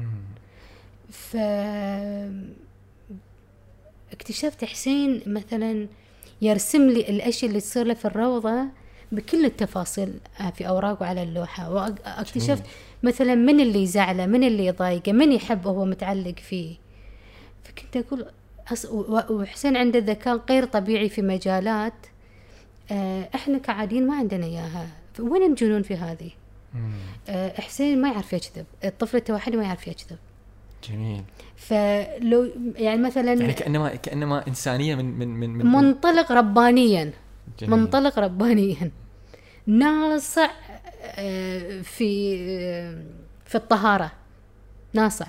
اكتشفت حسين مثلا يرسم لي الأشياء اللي تصير له في الروضة بكل التفاصيل في أوراقه على اللوحة. واكتشفت مثلا من اللي يزعله، من اللي يضايقه، من يحبه هو متعلق فيه. فكنت أقول وحسين عنده ذكاء غير طبيعي في مجالات احنا كعادين ما عندنا إياها. وين الجنون في هذه؟ حسين ما يعرف يكذب، الطفل التوحدي ما يعرف يكذب. جميل. فلو يعني مثلا يعني كأنما إنسانية من منطلق ربانيا. جميل. منطلق ربانيا ناصع في الطهارة، ناصع.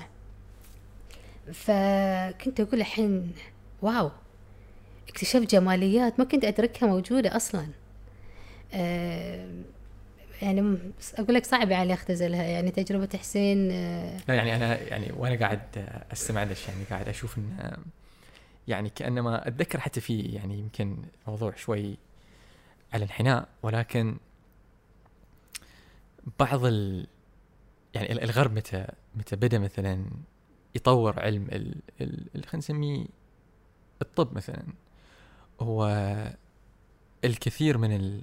فكنت أقول الحين واو، اكتشفت جماليات ما كنت أدركها موجودة أصلا. يعني أقول لك صعب علي أختزلها، يعني تجربة حسين. لا يعني أنا يعني وأنا قاعد أستمع لش يعني قاعد أشوف إن يعني كأنما أتذكر حتى في يعني يمكن موضوع شوي على الانحناء، ولكن بعض يعني الغرب متى بدأ مثلا يطور علم خلينا نسميه الطب مثلا، هو الكثير من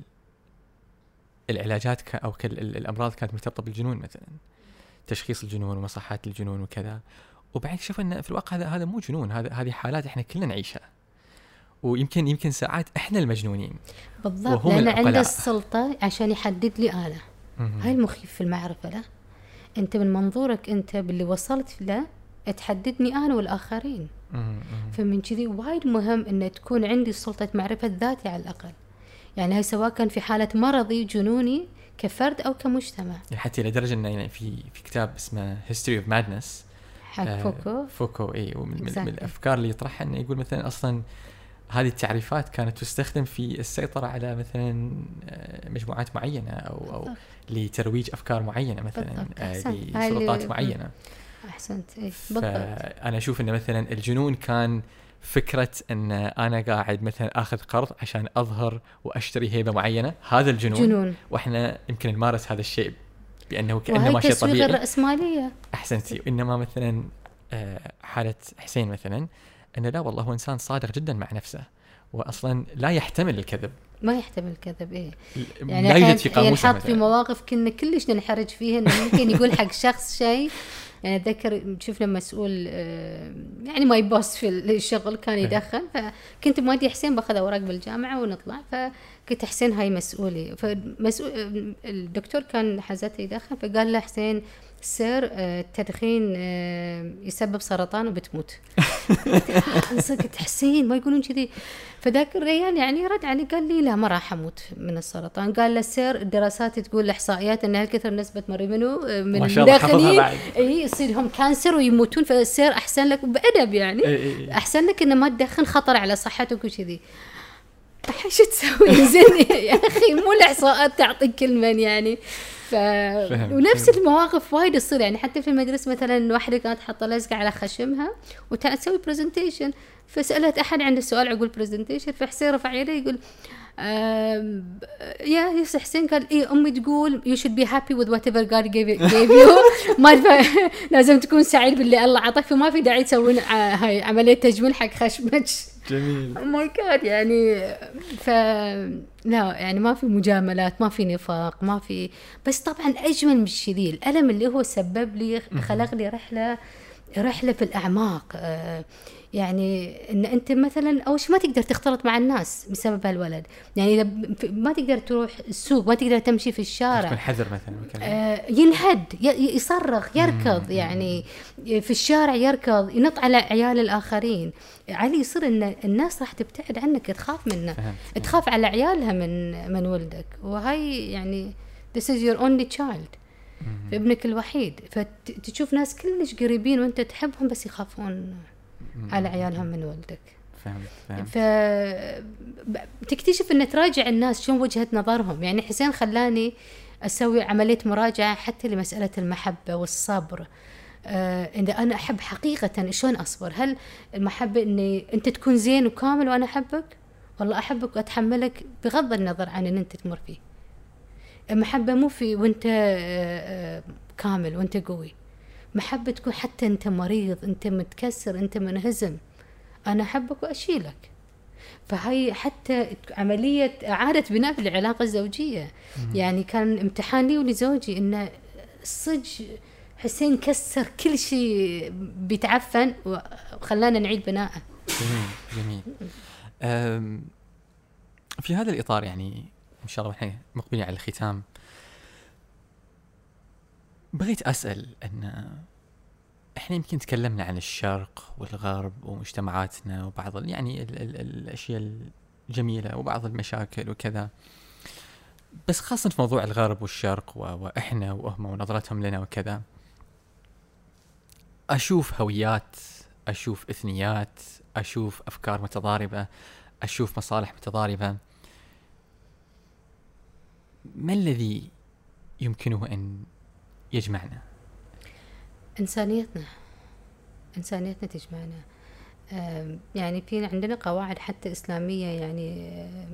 العلاجات أو الأمراض كانت مرتبطة بالجنون مثلا، تشخيص الجنون ومصحات الجنون وكذا. وبعدين شوف أن في الواقع هذا مو جنون، هذه حالات إحنا كلنا نعيشها، ويمكن ساعات إحنا المجنونين بالضبط، لأن عنده السلطة عشان يحدد لي أنا. هاي المخيف في المعرفة. لا، أنت من منظورك أنت باللي وصلت له تحددني أنا والآخرين. فمن كذي وايد مهم أن تكون عندي سلطة معرفة ذاتي على الأقل. يعني هاي سواء كان في حالة مرضي جنوني كفرد أو كمجتمع. حتى لدرجة أنه يعني في كتاب اسمه History of Madness حق فوكو ومن الأفكار اللي يطرحها أنه يقول مثلا أصلا هذه التعريفات كانت تستخدم في السيطرة على مثلا مجموعات معينة أو لترويج أفكار معينة مثلا لسلطات معينة. أحسنت. فأنا أشوف أن مثلا الجنون كان فكرة أن أنا قاعد مثلا أخذ قرض عشان أظهر وأشتري هيبة معينة، هذا الجنون. وإحنا يمكن نمارس هذا الشيء بأنه كأنه شيء طبيعي. وهي الرأسمالية. أحسنتي. إنما مثلا حالة حسين مثلا أنه لا والله هو إنسان صادق جدا مع نفسه، وأصلا لا يحتمل الكذب. ما يحتمل الكذب. إيه يعني لا يوجد في قاموسه. ينحط في مواقف كنا كلش ننحرج فيها، إنه ممكن يقول حق شخص شيء. يعني أتذكر شفنا مسؤول يعني ما يبوس في الشغل كان يدخن، فكنت مودي حسين باخذ أوراق بالجامعة ونطلع، فكنت حسين هاي مسؤولي. فمسؤول الدكتور كان حزته يدخن، فقال له حسين سير التدخين يسبب سرطان وبتموت. قلت حسين ما يقولون كذي. فذاك الرجال يعني رد علي قال لي لا ما راح اموت من السرطان. قال له سير الدراسات تقول الاحصائيات ان هالكثر نسبه من الداخلين يصير لهم كانسر ويموتون، فسير احسن لك بادب يعني احسن لك ان ما تدخن خطر على صحتك وكذي. شو تسوي زين يا اخي؟ مو الاحصاءات تعطيك كل من يعني. ونفس المواقف وايد تصير يعني حتى في المدرسة مثلا واحدة كانت حاطة لزقة على خشمها وتسوي برزنتيشن، فسألت أحد عند السؤال عقول برزنتيشن، فحسين رفع يده يقول يا حسين قال إيه أمي تقول you should be happy with whatever God gave you. ما لازم تكون سعيد باللي الله عطاك، فما في داعي تسوون هاي عملية تجميل حق خشمك. جميل. ماي جاد يعني. لا يعني ما في مجاملات، ما في نفاق، ما في. بس طبعا أجمل مش كذي الألم اللي هو سبب لي خلق لي رحلة في الأعماق. يعني إن أنت مثلا أول شيء ما تقدر تختلط مع الناس بسبب هالولد. يعني إذا ما تقدر تروح السوق، ما تقدر تمشي في الشارع، تكون حذر مثلا. ينهد، يصرخ، يركض، يعني في الشارع يركض، ينط على عيال الآخرين. علي يصير إن الناس راح تبتعد عنك، تخاف منه، تخاف على عيالها من ولدك. وهاي يعني this is your only child، ابنك الوحيد. فتشوف ناس كلش قريبين وانت تحبهم بس يخافون على عيالهم من ولدك. فهمت. فتكتشف ان تراجع الناس شلون وجهة نظرهم. يعني حسين خلاني اسوي عملية مراجعة حتى لمسألة المحبة والصبر. إذا أنا أحب حقيقة شلون أصبر؟ هل المحبة إني أنت تكون زين وكامل وأنا أحبك، والله أحبك وأتحملك بغض النظر عن إن أنت تمر فيه. المحبة مو في وأنت كامل وأنت قوي. محبة تكون حتى أنت مريض، أنت متكسر، أنت منهزم، أنا أحبك وأشيلك. فهي حتى عملية إعادة بناء في العلاقة الزوجية. يعني كان امتحان لي ولزوجي إن الصج حسين كسر كل شيء بيتعفن وخلانا نعيد بناءه. جميل. في هذا الإطار يعني إن شاء الله إحنا مقبلين على الختام، بغيت أسأل أن إحنا يمكن تكلمنا عن الشرق والغرب ومجتمعاتنا وبعض يعني الأشياء الجميلة وبعض المشاكل وكذا، بس خاصة في موضوع الغرب والشرق وإحنا وهم ونظرتهم لنا وكذا. أشوف هويات، أشوف إثنيات، أشوف أفكار متضاربة، أشوف مصالح متضاربة. ما الذي يمكنه أن يجمعنا؟ إنسانيتنا تجمعنا. يعني في عندنا قواعد حتى إسلامية، يعني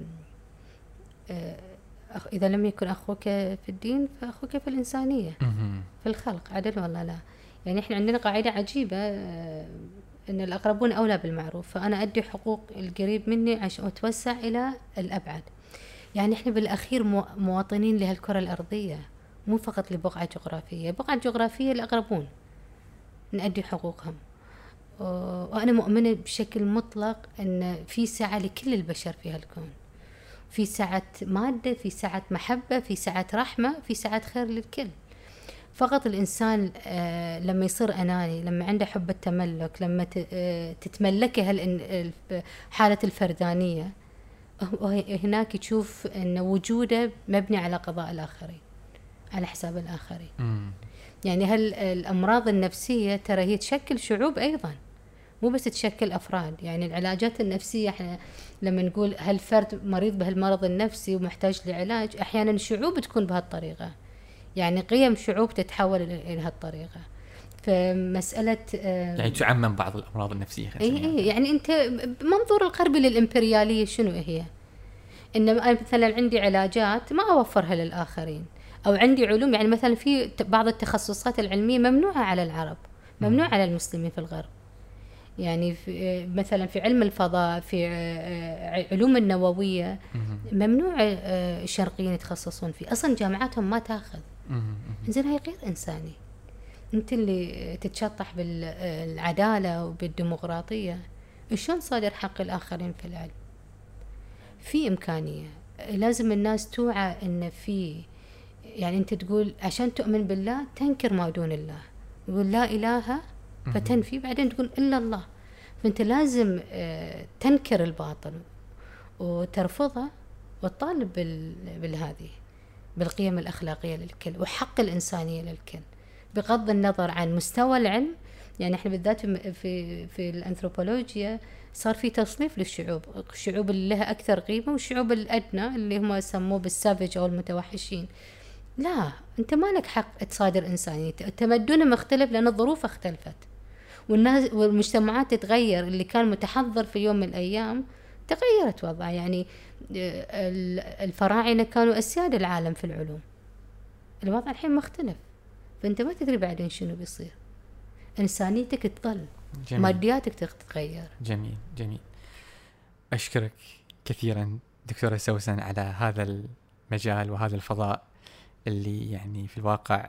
إذا لم يكن أخوك في الدين فأخوك في الإنسانية، في الخلق، عدل ولا لا. يعني إحنا عندنا قاعدة عجيبة، إن الأقربون أولى بالمعروف، فأنا أدي حقوق القريب مني عشان أتوسع إلى الأبعد. يعني إحنا بالأخير مواطنين لهالكرة الأرضية، مو فقط لبقعة جغرافية. بقعة جغرافية الأقربون نأدي حقوقهم. وأنا مؤمنة بشكل مطلق أن في سعة لكل البشر في هالكون، في سعة مادة، في سعة محبة، في سعة رحمة، في سعة خير للكل. فقط الإنسان لما يصير أناني، لما عنده حب التملك، لما تتملكه حالة الفردانية، هناك يشوف أن وجوده مبني على قضاء الآخرين، على حساب الآخرين. يعني الأمراض النفسية ترى هي تشكل شعوب أيضا، مو بس تشكل أفراد. يعني العلاجات النفسية احنا لما نقول هل فرد مريض بهالمرض النفسي ومحتاج لعلاج، أحيانا شعوب تكون بهالطريقة، يعني قيم شعوب تتحول إلى هالطريقة. فمسألة يعني تعمم بعض الأمراض النفسية. أي يعني أنت منظور الغرب للإمبريالية شنو هي؟ إنما أنا مثلا عندي علاجات ما أوفرها للآخرين، أو عندي علوم، يعني مثلا في بعض التخصصات العلمية ممنوعة على العرب، ممنوع على المسلمين في الغرب. يعني في مثلا في علم الفضاء، في علوم النووية، ممنوع الشرقيين يتخصصون فيه، أصلا جامعاتهم ما تأخذ. إنزين هاي غير إنساني. أنت اللي تتشطح بالعدالة وبالديمقراطية، شلون صادر حق الآخرين في العلم؟ في إمكانية، لازم الناس توعى إن في، يعني أنت تقول عشان تؤمن بالله تنكر ما دون الله، تقول لا إله فتنفي، بعدين تقول إلا الله. فأنت لازم تنكر الباطل وترفضه وتطالب بالهذه، بالقيم الأخلاقية للكل وحق الإنسانية للكل، بغض النظر عن مستوى العلم. يعني احنا بالذات في الأنثروبولوجيا صار في تصنيف للشعوب، الشعوب اللي لها أكثر قيمة والشعوب الأدنى اللي هم يسموه بالسافج أو المتوحشين. لا، أنت ما لك حق تصادر إنسانية. التمدن مختلف لأن الظروف اختلفت، والناس والمجتمعات تتغير. اللي كان متحضر في يوم من الأيام تغيرت وضعه. يعني الفراعنة كانوا أسياد العالم في العلوم، الوضع الحين مختلف، فأنت ما تدري بعدين شنو بيصير. إنسانيتك تظل، مادياتك تتغير. جميل جميل. أشكرك كثيرا دكتورة سوسن على هذا المجال وهذا الفضاء اللي يعني في الواقع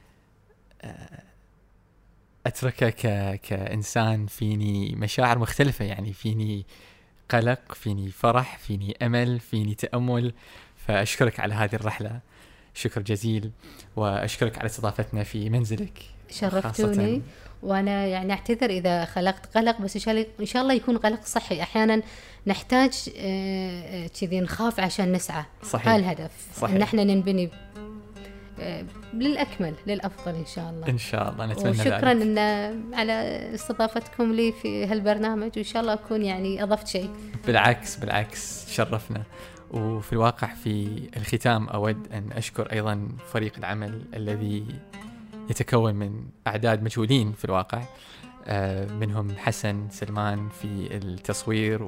أتركه كإنسان فيني مشاعر مختلفة، يعني فيني قلق، فيني فرح، فيني أمل، فيني تأمل. فأشكرك على هذه الرحلة، شكر جزيل، وأشكرك على استضافتنا في منزلك. شرفتوني، وأنا يعني أعتذر إذا خلقت قلق، بس إن شاء الله يكون قلق صحي. أحيانا نحتاج كذي نخاف عشان نسعى. صحيح. هالهدف صحيح. إن احنا ننبني للأكمل، للأفضل إن شاء الله. إن شاء الله نتمنى ذلك. وشكرا على استضافتكم لي في هالبرنامج، وإن شاء الله أكون يعني أضفت شيء. بالعكس شرفنا. وفي الواقع في الختام أود أن أشكر أيضا فريق العمل الذي يتكون من أعداد مجهولين في الواقع، منهم حسن سلمان في التصوير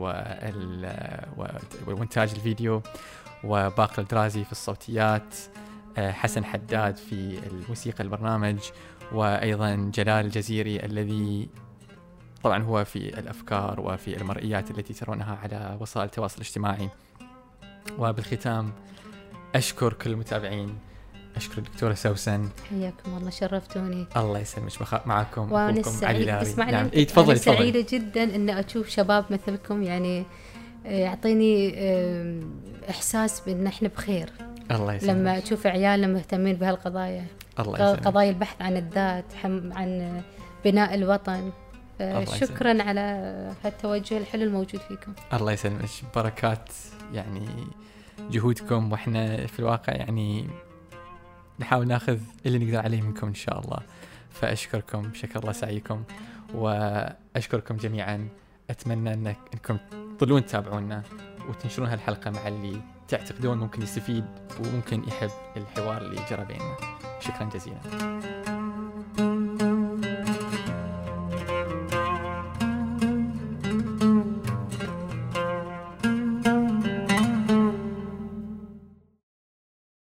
وإنتاج الفيديو، وباقر الدرازي في الصوتيات، حسن حداد في الموسيقى البرنامج، وأيضا جلال الجزيري الذي طبعا هو في الأفكار وفي المرئيات التي ترونها على وسائل التواصل الاجتماعي. وبالختام أشكر كل المتابعين، أشكر الدكتورة سوسن، حياكم الله، شرفتوني. الله يسلمك. معكم وأنا نعم. تفضل. سعيدة جدا أن أشوف شباب مثلكم، يعني يعطيني إحساس بأن إحنا بخير. الله يسلمك. لما أشوف عيالنا مهتمين بهالقضايا، قضايا البحث عن الذات، عن بناء الوطن. شكرا على هالتوجه الحلو الموجود فيكم. الله يسلمك، بركات يعني جهودكم، وإحنا في الواقع يعني نحاول ناخذ اللي نقدر عليه منكم إن شاء الله. فأشكركم، شكر الله سعيكم، وأشكركم جميعا. أتمنى أنكم تظلون تتابعونا وتنشرون هالحلقة مع اللي تعتقدون ممكن يستفيد وممكن يحب الحوار اللي جرى بيننا. شكرا جزيلا.